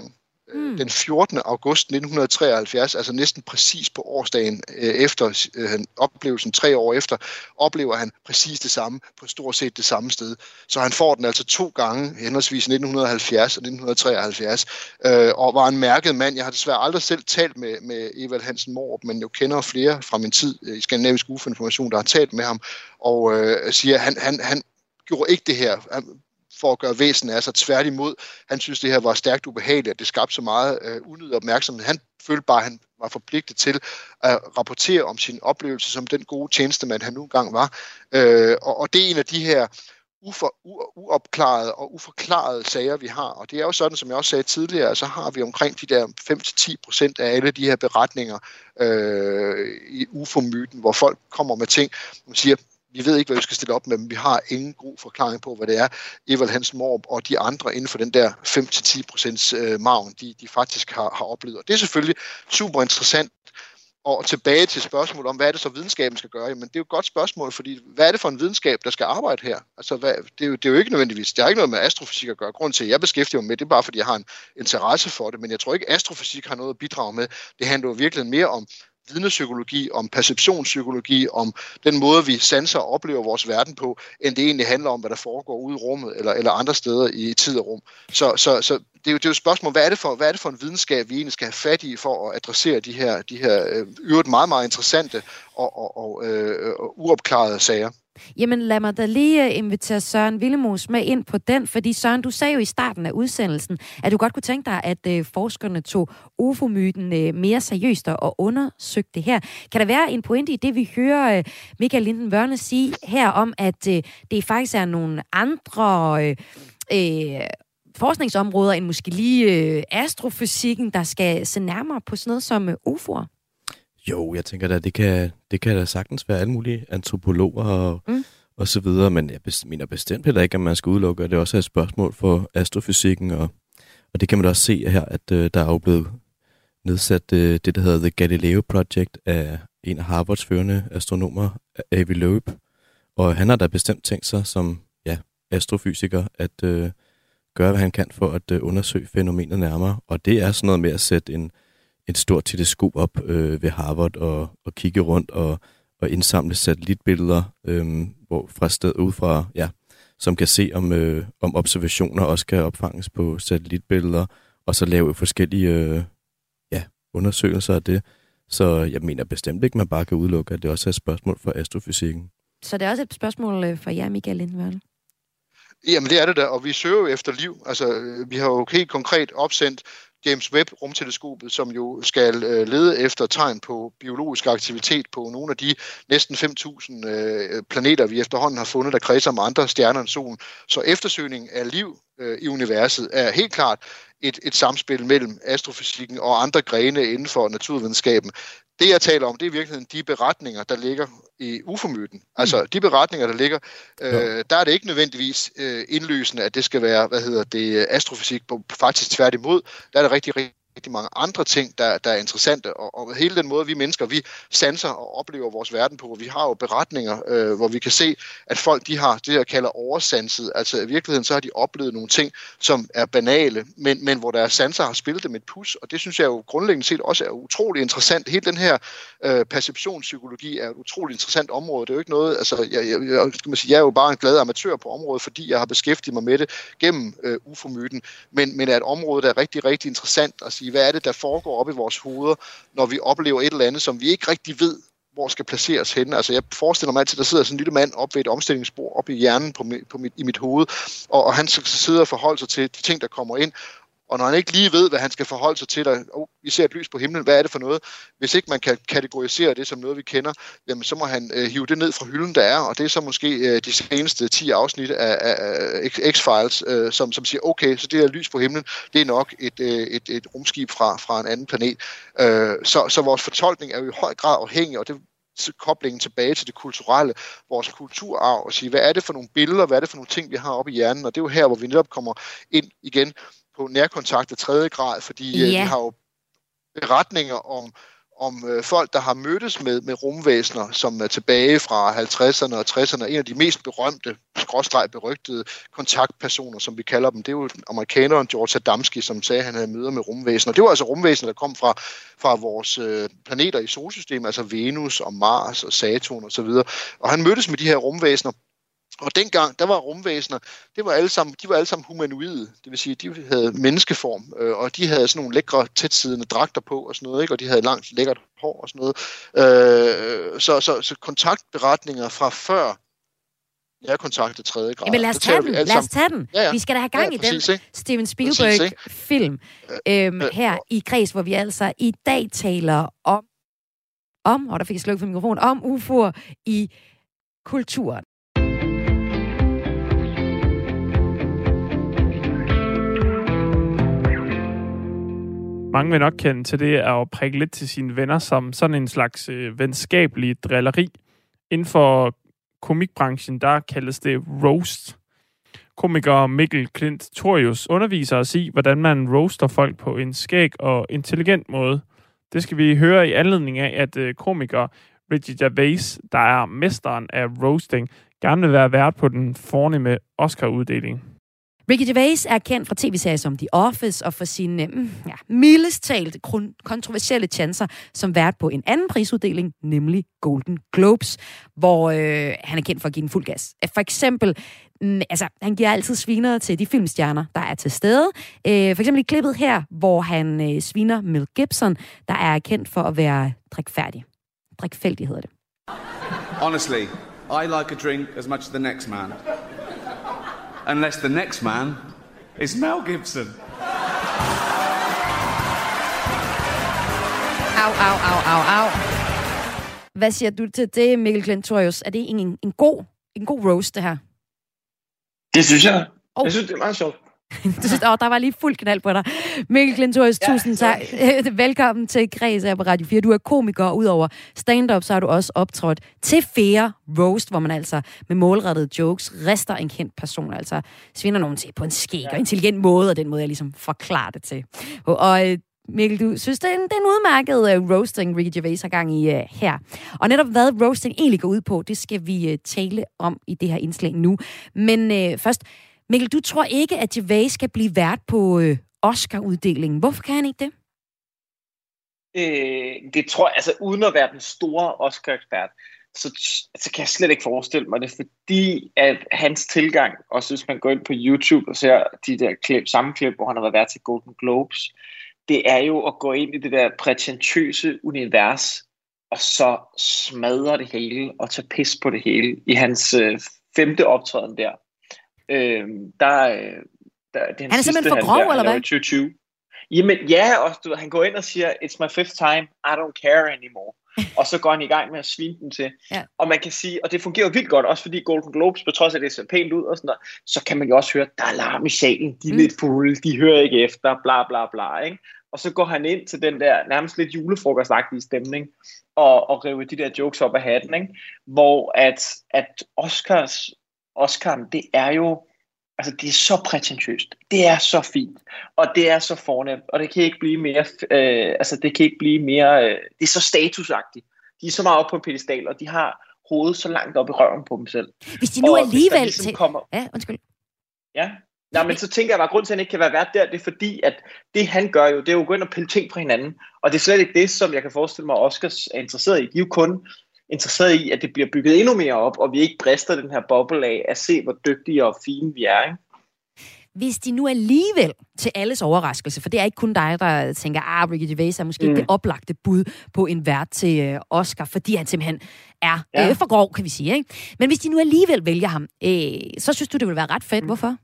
Mm. Den fjortende august nitten treoghalvfjerds, altså næsten præcis på årsdagen øh, efter øh, oplevelsen, tre år efter, oplever han præcis det samme på stort set det samme sted. Så han får den altså to gange, henholdsvis nitten halvfjerds og nitten treoghalvfjerds, øh, og var en mærket mand. Jeg har desværre aldrig selv talt med, med Evald Hansen Mårup, men jeg kender flere fra min tid i Skandinavisk U F O-information, der har talt med ham, og øh, siger, at han, han, han gjorde ikke det her han, for at gøre væsen af sig. Tværtimod, han synes, det her var stærkt ubehageligt, at det skabte så meget øh, unødig opmærksomhed. Han følte bare, at han var forpligtet til at rapportere om sin oplevelse som den gode tjenestemand, han nu engang var. Øh, og, og det er en af de her ufor, u, uopklarede og uforklarede sager, vi har. Og det er jo sådan, som jeg også sagde tidligere, så har vi omkring de der fem til ti procent af alle de her beretninger øh, i U F O-myten, hvor folk kommer med ting, og siger, vi ved ikke, hvad vi skal stille op med, men vi har ingen god forklaring på, hvad det er, Evald Hansen Mårup og de andre inden for den der fem til ti procents øh, margen, de, de faktisk har, har oplevet. Og det er selvfølgelig super interessant. Og tilbage til spørgsmålet om, hvad er det så videnskaben skal gøre? Jamen, det er jo et godt spørgsmål, fordi hvad er det for en videnskab, der skal arbejde her? Altså, hvad, det, er jo, det er jo ikke nødvendigvis, det har ikke noget med astrofysik at gøre. Grunden til, at jeg beskæftiger mig med, det er bare, fordi jeg har en interesse for det, men jeg tror ikke, at astrofysik har noget at bidrage med. Det handler jo virkelig mere om vidnepsykologi, om perceptionspsykologi, om den måde, vi sanser og oplever vores verden på, end det egentlig handler om, hvad der foregår ude i rummet eller, eller andre steder i tid og rum. Så, så, så det, er jo, det er jo et spørgsmål, hvad er, det for, hvad er det for en videnskab, vi egentlig skal have fat i for at adressere de her, de her øh, øvrigt meget, meget interessante og, og, og, øh, og uopklarede sager. Jamen lad mig da lige invitere Søren Willemoes med ind på den, fordi Søren, du sagde jo i starten af udsendelsen, at du godt kunne tænke dig, at øh, forskerne tog U F O-myten øh, mere seriøst og undersøgte det her. Kan der være en pointe i det, vi hører øh, Michael Linden-Vørne sige her om, at øh, det faktisk er nogle andre øh, øh, forskningsområder end måske lige øh, astrofysikken, der skal se nærmere på sådan noget som øh, U F O'er? Jo, jeg tænker da, det kan, det kan da sagtens være alle mulige antropologer og, mm. og så videre, men jeg mener bestemt heller ikke, at man skal udelukke, at det også er et spørgsmål for astrofysikken, og, og det kan man da også se her, at uh, der er jo blevet nedsat uh, det, der hedder The Galileo Project af en af Harvards førende astronomer, Avi Loeb, og han har da bestemt tænkt sig som ja, astrofysiker at uh, gøre, hvad han kan for at uh, undersøge fænomenet nærmere, og det er sådan noget med at sætte en et stort teleskop op øh, ved Harvard og, og kigge rundt og, og indsamle satellitbilleder øh, hvor, fra sted ud fra, ja, som kan se, om, øh, om observationer også kan opfanges på satellitbilleder, og så lave forskellige øh, ja, undersøgelser af det. Så jeg mener bestemt ikke, man bare kan udelukke, at det også er et spørgsmål for astrofysikken. Så det er også et spørgsmål for jer, Michael Linden-Vørne? Jamen det er det da, og vi søger jo efter liv. Altså, vi har jo helt konkret opsendt James Webb-rumteleskopet, som jo skal øh, lede efter tegn på biologisk aktivitet på nogle af de næsten fem tusind øh, planeter, vi efterhånden har fundet, der kredser om andre stjerner end solen. Så eftersøgning af liv øh, i universet er helt klart et, et samspil mellem astrofysikken og andre grene inden for naturvidenskaben. Det, jeg taler om, det er i virkeligheden de beretninger, der ligger i U F O-myten. Altså, de beretninger, der ligger, øh, der er det ikke nødvendigvis øh, indlysende, at det skal være, hvad hedder det, astrofysik, på, faktisk tværtimod. Der er der rigtig, rigtig rigtig mange andre ting, der, der er interessante, og, og hele den måde, vi mennesker, vi sanser og oplever vores verden på, vi har jo beretninger, øh, hvor vi kan se, at folk, de har det, der kalder oversanset, altså i virkeligheden, så har de oplevet nogle ting, som er banale, men, men hvor deres sanser har spillet dem et pus, og det synes jeg jo grundlæggende set også er utrolig interessant. Hele den her øh, perceptionspsykologi er et utroligt interessant område. Det er jo ikke noget, altså, jeg, jeg, jeg, skal man sige, jeg er jo bare en glad amatør på området, fordi jeg har beskæftiget mig med det gennem øh, U F O-myten, men, men er et område, der er rigtig, rigtig interessant at sige, hvad er det, der foregår op i vores hoveder, når vi oplever et eller andet, som vi ikke rigtig ved, hvor skal placeres henne. Altså jeg forestiller mig altid, der sidder sådan en lille mand op ved et omstillingsbord op i hjernen på mit, på mit, i mit hoved, og, og han sidder og forholder sig til de ting, der kommer ind. Og når han ikke lige ved, hvad han skal forholde sig til, der, oh, vi ser et lys på himlen, hvad er det for noget? Hvis ikke man kan kategorisere det som noget, vi kender, jamen, så må han øh, hive det ned fra hylden, der er, og det er så måske øh, de seneste ti afsnit af, af X-Files, øh, som, som siger, okay, så det der lys på himlen, det er nok et, øh, et, et rumskib fra, fra en anden planet. Øh, så, så vores fortolkning er jo i høj grad afhængig, og det koblingen tilbage til det kulturelle, vores kulturarv, og sige, hvad er det for nogle billeder, hvad er det for nogle ting, vi har oppe i hjernen, og det er jo her, hvor vi netop kommer ind igen på nærkontakt af tredje grad, fordi yeah. vi har jo beretninger om, om øh, folk, der har mødtes med, med rumvæsener, som er tilbage fra halvtredserne og tresserne. En af de mest berømte, skråstreg berygtede kontaktpersoner, som vi kalder dem, det er jo amerikaneren George Adamski, som sagde, at han havde møder med rumvæsener. Det var altså rumvæsener, der kom fra, fra vores øh, planeter i solsystemet, altså Venus og Mars og Saturn og så videre. Og han mødtes med de her rumvæsener. Og dengang, der var rumvæsener, det var alle sammen, de var alle sammen humanoide, det vil sige, de havde menneskeform, øh, og de havde sådan nogle lækre, tætsiddende dragter på og sådan noget, ikke? Og de havde langt, lækkert hår og sådan noget. Øh, så, så, så kontaktberetninger fra før jeg kontaktede tredje grad. Jamen lad os tage den, lad os tage den. Ja, ja. Vi skal da have gang ja, i præcis, den ikke? Steven Spielberg-film øhm, øh, her i Kreds, hvor vi altså i dag taler om, om, og der fik jeg slukket for mikrofonen, om U F O'er i kulturen. Mange vil nok kende til det at prikke lidt til sine venner som sådan en slags øh, venskabelig drilleri. Inden for komikbranchen, der kaldes det roast. Komiker Mikkel Klint Torius underviser os i, hvordan man roaster folk på en skæg og intelligent måde. Det skal vi høre i anledning af, at øh, komiker Ricky Gervais, der er mesteren af roasting, gerne vil være vært på den fornemme Oscar-uddeling. Ricky Gervais er kendt fra tv-serier som The Office og for sine ja, mildest talt kontroversielle chancer som vært på en anden prisuddeling, nemlig Golden Globes, hvor øh, han er kendt for at give den fuld gas. For eksempel, mm, altså, han giver altid sviner til de filmstjerner, der er til stede. Øh, for eksempel i klippet her, hvor han øh, sviner Mel Gibson, der er kendt for at være drikfærdig. Drikfældig hedder det. Honestly, I like a drink as much as the next man. Unless the next man is Mel Gibson. Au, au, au, au, au. Hvad siger du til det, Mikkel Klint Torius? Er det en, en, god, en god roast, det her? Det synes jeg. Oh. Jeg synes, det er meget sjovt. Du synes, åh, der var lige fuld knald på dig. Mikkel Klint Torius, ja, tusind tak. Velkommen til Kreds her på Radio fire. Du er komiker, og udover stand-up, så har du også optrådt til Fair Roast, hvor man altså med målrettede jokes rester en kendt person, altså svinder nogen til på en skæg ja. og intelligent måde, og den måde, jeg ligesom forklarer det til. Og, og Mikkel, du synes, det er en, det er en udmærket uh, roasting, Ricky Gervais har gang i uh, her. Og netop hvad roasting egentlig går ud på, det skal vi uh, tale om i det her indslag nu. Men uh, først, Mikkel, du tror ikke, at Gervais skal blive vært på øh, Oscar-uddelingen. Hvorfor kan han ikke det? Øh, det tror jeg, altså uden at være den store Oscar-ekspert, så, så kan jeg slet ikke forestille mig det, fordi at hans tilgang, også hvis man går ind på YouTube og ser de der klip, samme klip, hvor han har været vært til Golden Globes, det er jo at gå ind i det der prætentiøse univers, og så smadre det hele og tage pis på det hele i hans øh, femte optræden der. Øh, der, der, det han er simpelthen for grov, der, eller hvad? tyve tyve. Jamen ja, og du, han går ind og siger, it's my fifth time, I don't care anymore. Og så går han i gang med at svine den til. Ja. Og man kan sige, og det fungerer vildt godt, også fordi Golden Globes, på trods af det ser pænt ud og sådan noget, så kan man jo også høre, der er larm i salen, de er mm. lidt fulde, de hører ikke efter, bla bla bla, ikke? Og så går han ind til den der nærmest lidt julefrokostagtige stemning, og, og river de der jokes op af hatten, ikke? Hvor at, at Oscars Oscar'en, det er jo, altså det er så prætentiøst, det er så fint, og det er så fornemt, og det kan ikke blive mere, øh, altså det kan ikke blive mere, øh, det er så statusagtigt. De er så meget oppe på en pedestal, og de har hovedet så langt op i røven på dem selv. Hvis de nu og alligevel ligesom til... kommer... Ja, undskyld. Ja, nej, men så tænker jeg bare, at grunden til, at han ikke kan være vært der, det er fordi, at det han gør jo, det er jo at gå ind og pille ting fra hinanden, og det er slet ikke det, som jeg kan forestille mig, at Oscars er interesseret i. De er jo kun interesseret i, at det bliver bygget endnu mere op, og vi ikke brister den her boble af at se, hvor dygtige og fine vi er, ikke? Hvis de nu alligevel til alles overraskelse, for det er ikke kun dig, der tænker, ah, Ricky Gervais er måske mm. det oplagte bud på en vært til øh, Oscar, fordi han simpelthen er ja. øh, for grov, kan vi sige, ikke? Men hvis de nu alligevel vælger ham, øh, så synes du, det vil være ret fedt. Mm. Hvorfor?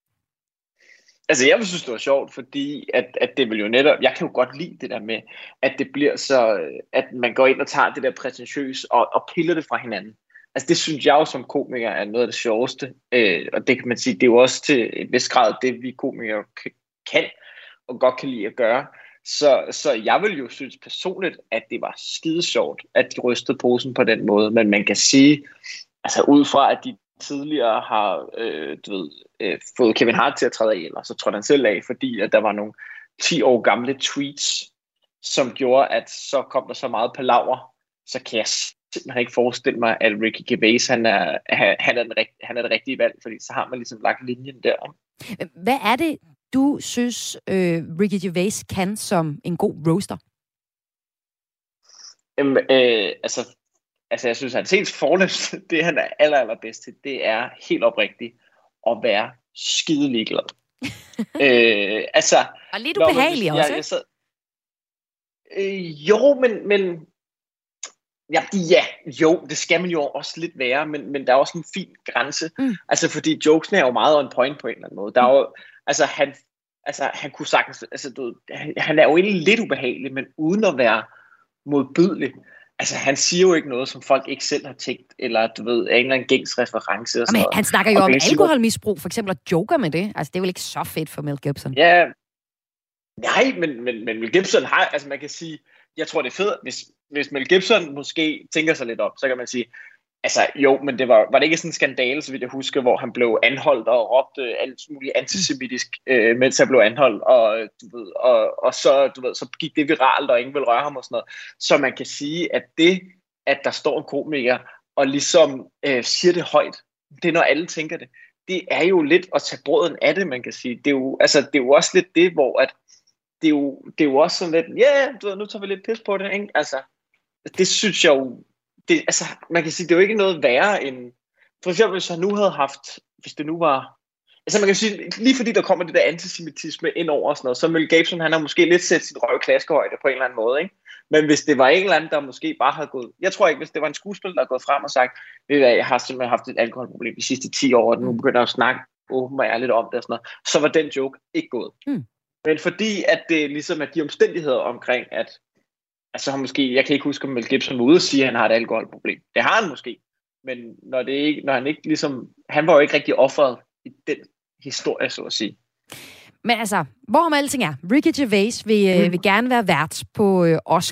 Altså, jeg synes, det var sjovt, fordi at, at det vil jo netop... Jeg kan jo godt lide det der med, at det bliver så... At man går ind og tager det der prætentiøs og, og piller det fra hinanden. Altså, det synes jeg jo som komiker er noget af det sjoveste. Øh, og det kan man sige, det er jo også til en vis grad det, vi komikere kan og godt kan lide at gøre. Så, så jeg vil jo synes personligt, at det var skide sjovt, at de rystede posen på den måde. Men man kan sige, altså ud fra, at de tidligere har øh, du ved, øh, fået Kevin Hart til at træde af, eller så trådte han selv af, fordi at der var nogle ti år gamle tweets som gjorde, at så kom der så meget palaver, så kan jeg simpelthen ikke forestille mig, at Ricky Gervais, han er, han er, den rigt, han er det rigtige valg, fordi så har man ligesom lagt linjen der. Hvad er det, du synes, øh, Ricky Gervais kan som en god roaster? Øhm, øh, altså, altså, jeg synes, at hans helt fornemmeste, det han er aller, allerbedst til, det er helt oprigtigt at være skide ligeglad. øh, altså, og lidt ubehagelig også, jeg, jeg sad, øh, Jo, men, men ja, ja, jo, det skal man jo også lidt være, men, men der er også en fin grænse. Mm. Altså, fordi jokesene er jo meget on point på en eller anden måde. Der er jo, altså, han, altså, han kunne sagtens, altså, du, han, han er jo egentlig lidt ubehagelig, men uden at være modbydelig. Altså, han siger jo ikke noget, som folk ikke selv har tænkt, eller du ved, en eller anden gængs reference. Og men han snakker jo om alkoholmisbrug, for eksempel, og joker med det. Altså, det er vel ikke så fedt for Mel Gibson. Ja, nej, men, men, men Mel Gibson har, altså man kan sige, jeg tror, det er fedt, hvis, hvis Mel Gibson måske tænker sig lidt op, så kan man sige, altså jo, men det var, var det ikke sådan en skandale, så vidt jeg husker, hvor han blev anholdt og råbte alt muligt antisemitisk, øh, mens han blev anholdt, og, du ved, og, og så, du ved, så gik det viralt, og ingen ville røre ham og sådan noget. Så man kan sige, at det, at der står en komiker, og ligesom øh, siger det højt, det er når alle tænker det, det er jo lidt at tage brøden af det, man kan sige. Det er jo, altså, det er jo også lidt det, hvor at det er jo, det er jo også sådan lidt, ja, yeah, nu tager vi lidt pis på det, ikke? Altså, det synes jeg jo, det, altså, man kan sige, det er jo ikke noget værre end, for eksempel, hvis han nu havde haft, hvis det nu var, altså man kan sige, lige fordi der kommer det der antisemitisme ind over og sådan noget, så Mel Gibson, han har måske lidt set sit røv i klaskehøjde på en eller anden måde, ikke? Men hvis det var en eller anden, der måske bare havde gået, jeg tror ikke, hvis det var en skuespiller, der havde gået frem og sagt, ved jeg, jeg har simpelthen haft et alkoholproblem de sidste ti år, og nu begynder jeg at snakke åben og ærligt om det og sådan noget, så var den joke ikke gået. Mm. Men fordi, at det ligesom er de omstændigheder omkring, at altså han måske, jeg kan ikke huske, om Mel Gibson var ude og sige, at han har et alkoholproblem. Det har han måske. Men når, det ikke, når han ikke ligesom, han var jo ikke rigtig offeret i den historie, så at sige. Men altså, hvorom alting er, Ricky Gervais vil, mm. vil gerne være vært på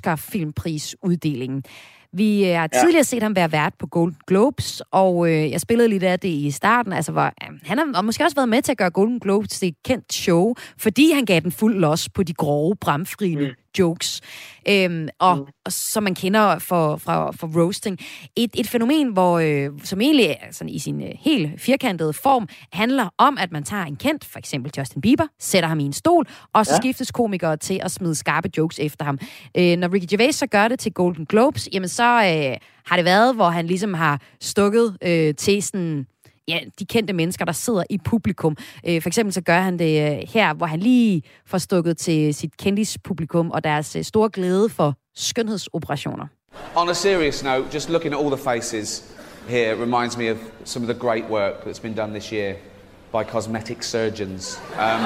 Oscar-filmprisuddelingen. Vi har tidligere ja. set ham være vært på Golden Globes, og øh, jeg spillede lidt af det i starten. Altså, hvor, øh, han har måske også været med til at gøre Golden Globes til et kendt show, fordi han gav den fuld los på de grove, bramfriende mm. jokes, øhm, og, mm. og som man kender for, fra, for roasting. Et, et fænomen, hvor, øh, som egentlig sådan, i sin øh, helt firkantede form handler om, at man tager en kendt, for eksempel Justin Bieber, sætter ham i en stol, og så ja. skiftes komikere til at smide skarpe jokes efter ham. Øh, når Ricky Gervais så gør det til Golden Globes, jamen så øh, har det været, hvor han ligesom har stukket øh, til sådan, ja, de kendte mennesker, der sidder i publikum. Øh, for eksempel så gør han det øh, her, hvor han lige får stukket til sit kendispublikum og deres øh, store glæde for skønhedsoperationer. On a serious note, just looking at all the faces here reminds me of some of the great work that's been done this year by cosmetic surgeons. Um,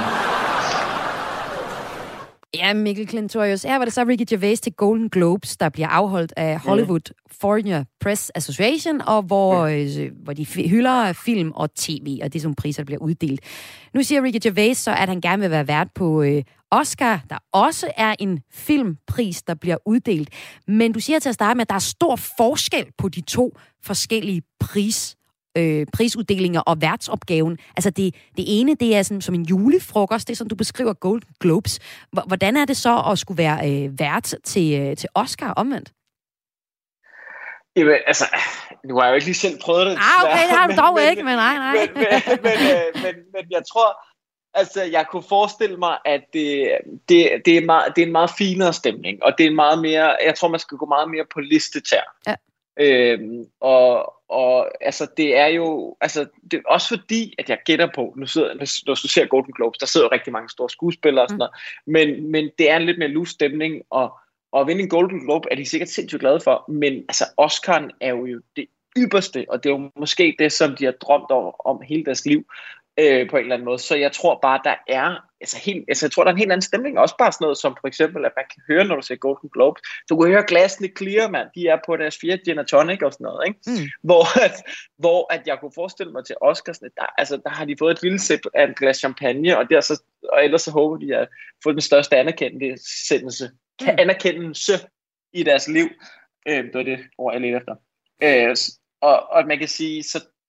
Ja, Mikkel Klintorius. Her var det så Ricky Gervais til Golden Globes, der bliver afholdt af Hollywood mm. Foreign Press Association, og hvor, mm. øh, hvor de hylder film og tv, og det er sådan priser, der bliver uddelt. Nu siger Ricky Gervais så, at han gerne vil være vært på øh, Oscar, der også er en filmpris, der bliver uddelt. Men du siger til at starte med, at der er stor forskel på de to forskellige pris Øh, prisuddelinger og værtsopgaven. Altså det, det ene, det er sådan, som en julefrokost, det er som du beskriver Golden Globes. Hvordan er det så at skulle være øh, vært til, øh, til Oscar omvendt? Jamen, altså, nu har jeg jo ikke lige selv prøvet det. Ah, okay, det har du dog men, ikke, men nej, nej. Men, men, men, men, men, men jeg tror, altså, jeg kunne forestille mig, at det, det, det, er meget, det er en meget finere stemning, og det er en meget mere, jeg tror, man skal gå meget mere på listetær. Ja. Øhm, og, og altså det er jo altså det er også fordi at jeg gætter på nu sidder når du ser Golden Globes, der sidder jo rigtig mange store skuespillere og sådan noget, mm. men, men det er en lidt mere loose stemning, og, og at vinde en Golden Globe er de sikkert sindssygt glade for, men altså Oscar'en er jo det ypperste, og det er jo måske det som de har drømt over om hele deres liv øh, på en eller anden måde, så jeg tror bare der er altså helt, altså jeg tror der er en helt anden stemning, også bare sådan noget som for eksempel at man kan høre når du ser Golden Globes, du kan høre glassene clear, mand, de er på deres fire gin og tonic og sådan noget, ikke? Mm. Hvor, at, hvor at jeg kunne forestille mig til Oscarsne, der, altså der har de fået et lille sip af en glas champagne, og, der så, og ellers så håber de at få den største anerkendelse, mm. anerkendelse i deres liv, øh, det var det ord jeg ledte efter, øh, og, og man kan sige, så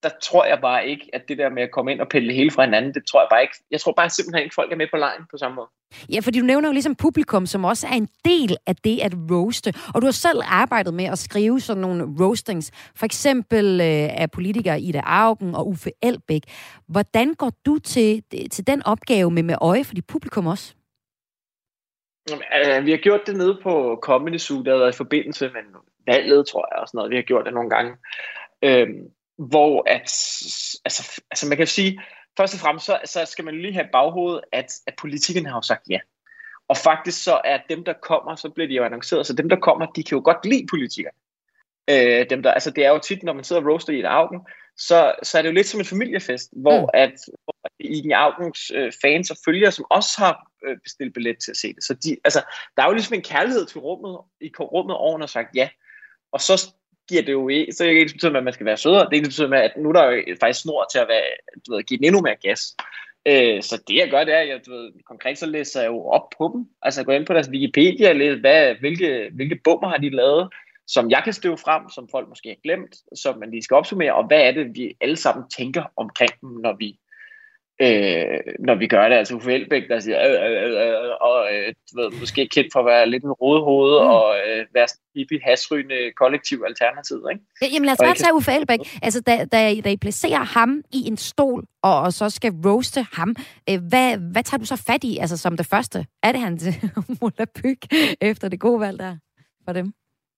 der tror jeg bare ikke, at det der med at komme ind og pille det hele fra hinanden, det tror jeg bare ikke. Jeg tror bare simpelthen ikke, folk er med på lejen på samme måde. Ja, fordi du nævner jo ligesom publikum, som også er en del af det at roaste. Og du har selv arbejdet med at skrive sådan nogle roastings. For eksempel øh, af politikere Ida Auken og Uffe Elbæk. Hvordan går du til, til den opgave med med øje for dit publikum også? Vi har gjort det nede på Comedy Zoo, der har været i forbindelse med valget, tror jeg, og sådan noget. Vi har gjort det nogle gange. Øhm, hvor at, altså, altså man kan sige, først og fremmest, så, så skal man lige have baghovedet, at, at politikerne har jo sagt ja. Og faktisk så er dem, der kommer, så bliver de jo annonceret, så dem, der kommer, de kan jo godt lide politikere. Øh, dem der, altså det er jo tit, når man sidder og roaster i et Auken, så, så er det jo lidt som en familiefest, hvor mm. at, at i en Aukens øh, fans og følgere, som også har øh, bestilt billet til at se det. Så de, altså, der er jo ligesom en kærlighed til rummet, i rummet over, og sagt ja. Og så giver det jo ikke, så er det ikke betyder med, at man skal være sødere. Det er ikke betyder med, at nu er der jo faktisk snor til at være, du ved, give den endnu mere gas. Øh, så det jeg gør, det er, jeg, du ved, konkret så læser jeg jo op på dem. Altså jeg går ind på deres Wikipedia og læser, hvad, hvilke, hvilke bummer har de lavet, som jeg kan støve frem, som folk måske har glemt, som man lige skal opsummere, og hvad er det, vi alle sammen tænker omkring dem, når vi, øh, når vi gør det. Altså Uffe Elbæk, der siger, øh, øh, øh, og øh, du ved, måske kendt for at være lidt en rodehoved, mm. og øh, være sådan en hippie, hasrygende kollektiv alternativ, ikke? Ja, jamen lad os bare tage Uffe Elbæk. Altså, da, da, da I placerer ham i en stol, og, og så skal roaste ham, øh, hvad, hvad tager du så fat i, altså som det første? Er det hans volapyk efter det gode valg der for dem?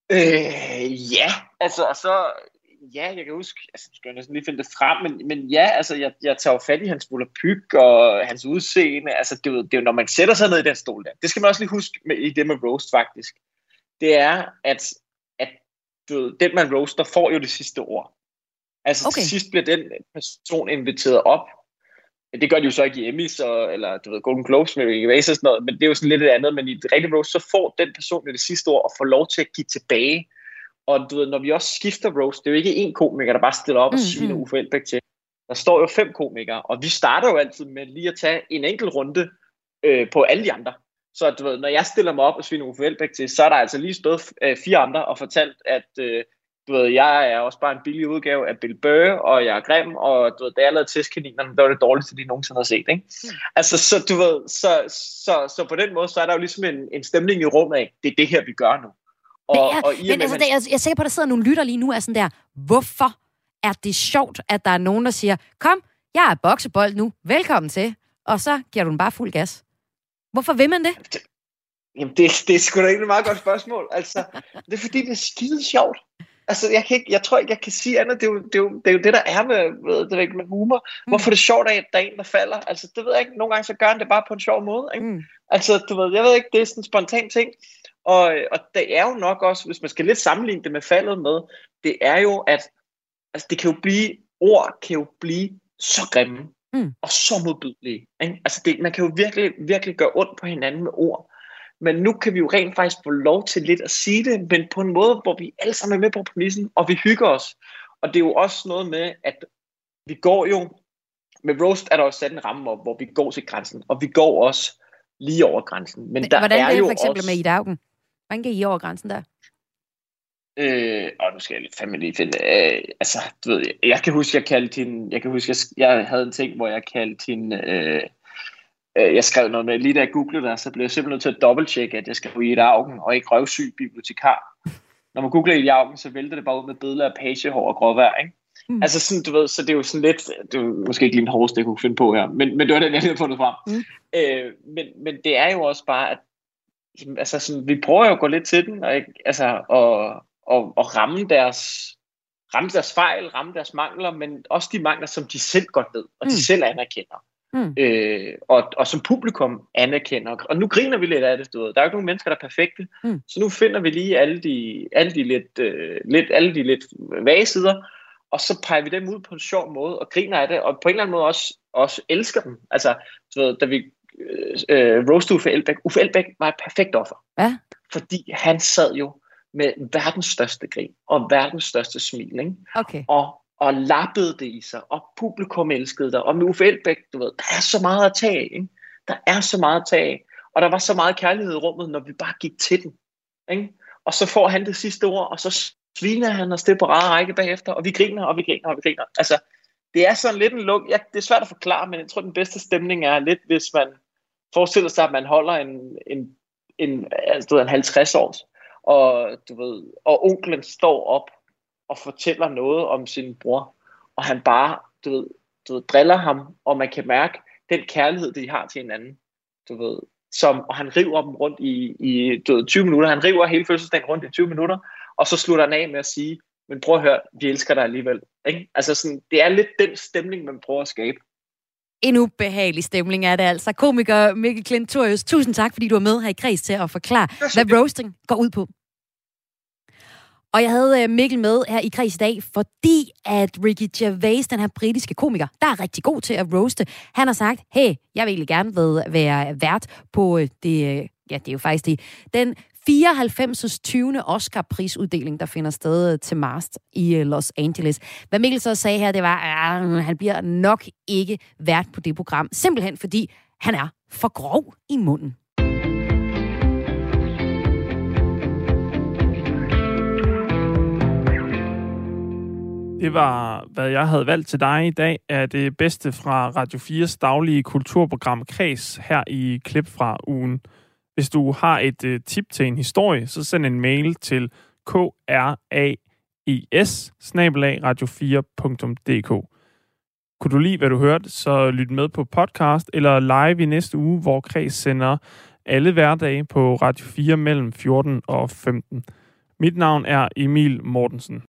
Øh, ja, altså, og så, ja, jeg kan huske, altså, jeg skal næsten lige finde det frem, men, men ja, altså, jeg, jeg tager fat i hans volapyk og hans udseende, altså, det er, jo, det er jo, når man sætter sig ned i den stol der, det skal man også lige huske med, i det med roast, faktisk, det er, at, at du ved, den man roaster får jo det sidste ord. Altså, okay. Til sidst bliver den person inviteret op. Det gør de jo så ikke i Emmys, eller du ved, Golden Globes med Ricky Gervais og sådan noget, men det er jo sådan lidt et andet, men i et rigtigt roast, så får den person det sidste ord og får lov til at give tilbage. Og du ved, når vi også skifter roast, det er jo ikke én komiker, der bare stiller op og sviner Uffe Elbæk til. Der står jo fem komikere, og vi starter jo altid med lige at tage en enkelt runde øh, på alle de andre. Så du ved, når jeg stiller mig op og sviner Uffe Elbæk til, så er der altså lige stået øh, fire andre og fortalt, at øh, du ved, jeg er også bare en billig udgave af Bill Burr, og jeg er grim, og du ved, da jeg lavede Testkaninerne, der var det dårligste, de nogensinde har set, ikke? Mm. Altså, så du ved, så, så, så på den måde, så er der jo ligesom en, en stemning i rummet af, det er det her, vi gør nu. Og, men, ja, og i men altså, man... jeg, jeg er sikker på, at der sidder nogle lytter lige nu, er sådan der, hvorfor er det sjovt, at der er nogen, der siger, kom, jeg er boksebold nu, velkommen til, og så giver du den bare fuld gas. Hvorfor vil man det? det jamen, det, det er sgu da ikke et meget godt spørgsmål. Altså, det er fordi, det er skide sjovt. Altså, jeg, kan ikke, jeg tror ikke, jeg kan sige andet. Det er jo det, er jo, det, er jo det der er med, ved, det er med humor. Hvorfor er det sjovt, at der er en, der falder? Altså, det ved jeg ikke. Nogle gange så gør han det bare på en sjov måde. Ikke? Mm. Altså, du ved, jeg ved ikke, det er sådan en spontan ting. Og, og det er jo nok også, hvis man skal lidt sammenligne det med faldet med, det er jo, at altså, det kan jo blive, ord kan jo blive så grimme mm. og så modbydelige. Ikke? Altså, det, man kan jo virkelig, virkelig gøre ondt på hinanden med ord. Men nu kan vi jo rent faktisk få lov til lidt at sige det, men på en måde, hvor vi alle sammen er med på præmissen, og vi hygger os. Og det er jo også noget med, at vi går jo, med roast er der også sat en ramme op, hvor vi går til grænsen, og vi går også lige over grænsen. Men der hvordan er det jo for eksempel også... med Ida Auken? Hvordan går I over grænsen der? Øh, og nu skal jeg lidt fandme lige finde... Øh, altså, du ved, jeg kan huske, jeg kaldte hende... Jeg kan huske, jeg, jeg havde en ting, hvor jeg kaldte hende... Øh, Jeg skrev noget med, lige da jeg googlede der, så blev jeg simpelthen nødt til at dobbelttjekke, at jeg skrev Ida Auken, og ikke røvsyg bibliotekar. Når man googler Ida Auken, så vælter det bare ud med billeder af pagehår og gråvejr, ikke? Mm. Altså sådan, du ved, så det er jo sådan lidt, det er måske ikke lige en hårdeste, jeg kunne finde på her, men, men det var den, jeg lige havde fundet frem. Mm. Øh, men, men det er jo også bare, at altså sådan, vi prøver jo at gå lidt til den, og, altså, og, og, og ramme deres... ramme deres fejl, ramme deres mangler, men også de mangler, som de selv godt ved, og de mm. selv anerkender. Mm. Øh, og, og som publikum anerkender. Og nu griner vi lidt af det, du ved. Der er jo ikke nogen mennesker, der er perfekte. Mm. Så nu finder vi lige alle de, alle de lidt, øh, lidt, alle de lidt vage sider, og så peger vi dem ud på en sjov måde, og griner af det, og på en eller anden måde også, også elsker dem. Altså, du ved, da vi øh, roastede Uffe Elbæk. Uffe Elbæk var et perfekt offer. Ja. Fordi han sad jo med verdens største grin, og verdens største smil, ikke? Okay. Og og lappede det i sig, og publikum elskede det, og med Uffe Elbæk, du ved, der er så meget at tage, ikke? Der er så meget at tage, og der var så meget kærlighed i rummet, når vi bare gik til den, ikke? Og så får han det sidste ord, og så sviner han og stille på rare række bagefter, og vi griner, og vi griner, og vi griner. Altså, det er sådan lidt en luk. Ja, det er svært at forklare, men jeg tror, den bedste stemning er lidt, hvis man forestiller sig, at man holder en, en, en, altså, du ved, en halvtreds års, og, du ved, og onklen står op og fortæller noget om sin bror, og han bare, du ved, du ved, driller ham, og man kan mærke den kærlighed, de har til hinanden, du ved, som, og han river dem rundt i, i du ved, tyve minutter, han river hele fødselsdagen rundt i tyve minutter, og så slutter han af med at sige, men prøv at høre, vi elsker dig alligevel. Ikke? Altså sådan, det er lidt den stemning, man prøver at skabe. En ubehagelig stemning er det altså. Komiker Mikkel Klintorius, tusind tak, fordi du var med her i Kreds til at forklare, hvad roasting går ud på. Og jeg havde Mikkel med her i Kreds i dag, fordi at Ricky Gervais, den her britiske komiker, der er rigtig god til at roaste, han har sagt, hey, jeg vil egentlig gerne være vært på det, ja, det er jo faktisk det, den fireoghalvfems tyvende Oscar-prisuddeling, der finder sted til marts i Los Angeles. Hvad Mikkel så sagde her, det var, at han bliver nok ikke vært på det program, simpelthen fordi han er for grov i munden. Det var, hvad jeg havde valgt til dig i dag, er det bedste fra Radio fires daglige kulturprogram Kreds her i klip fra ugen. Hvis du har et uh, tip til en historie, så send en mail til kraes snabel-a radio fire punktum d k. Kunne du lide, hvad du hørte, så lyt med på podcast eller live i næste uge, hvor Kreds sender alle hverdage på Radio fire mellem fjorten og femten. Mit navn er Emil Mortensen.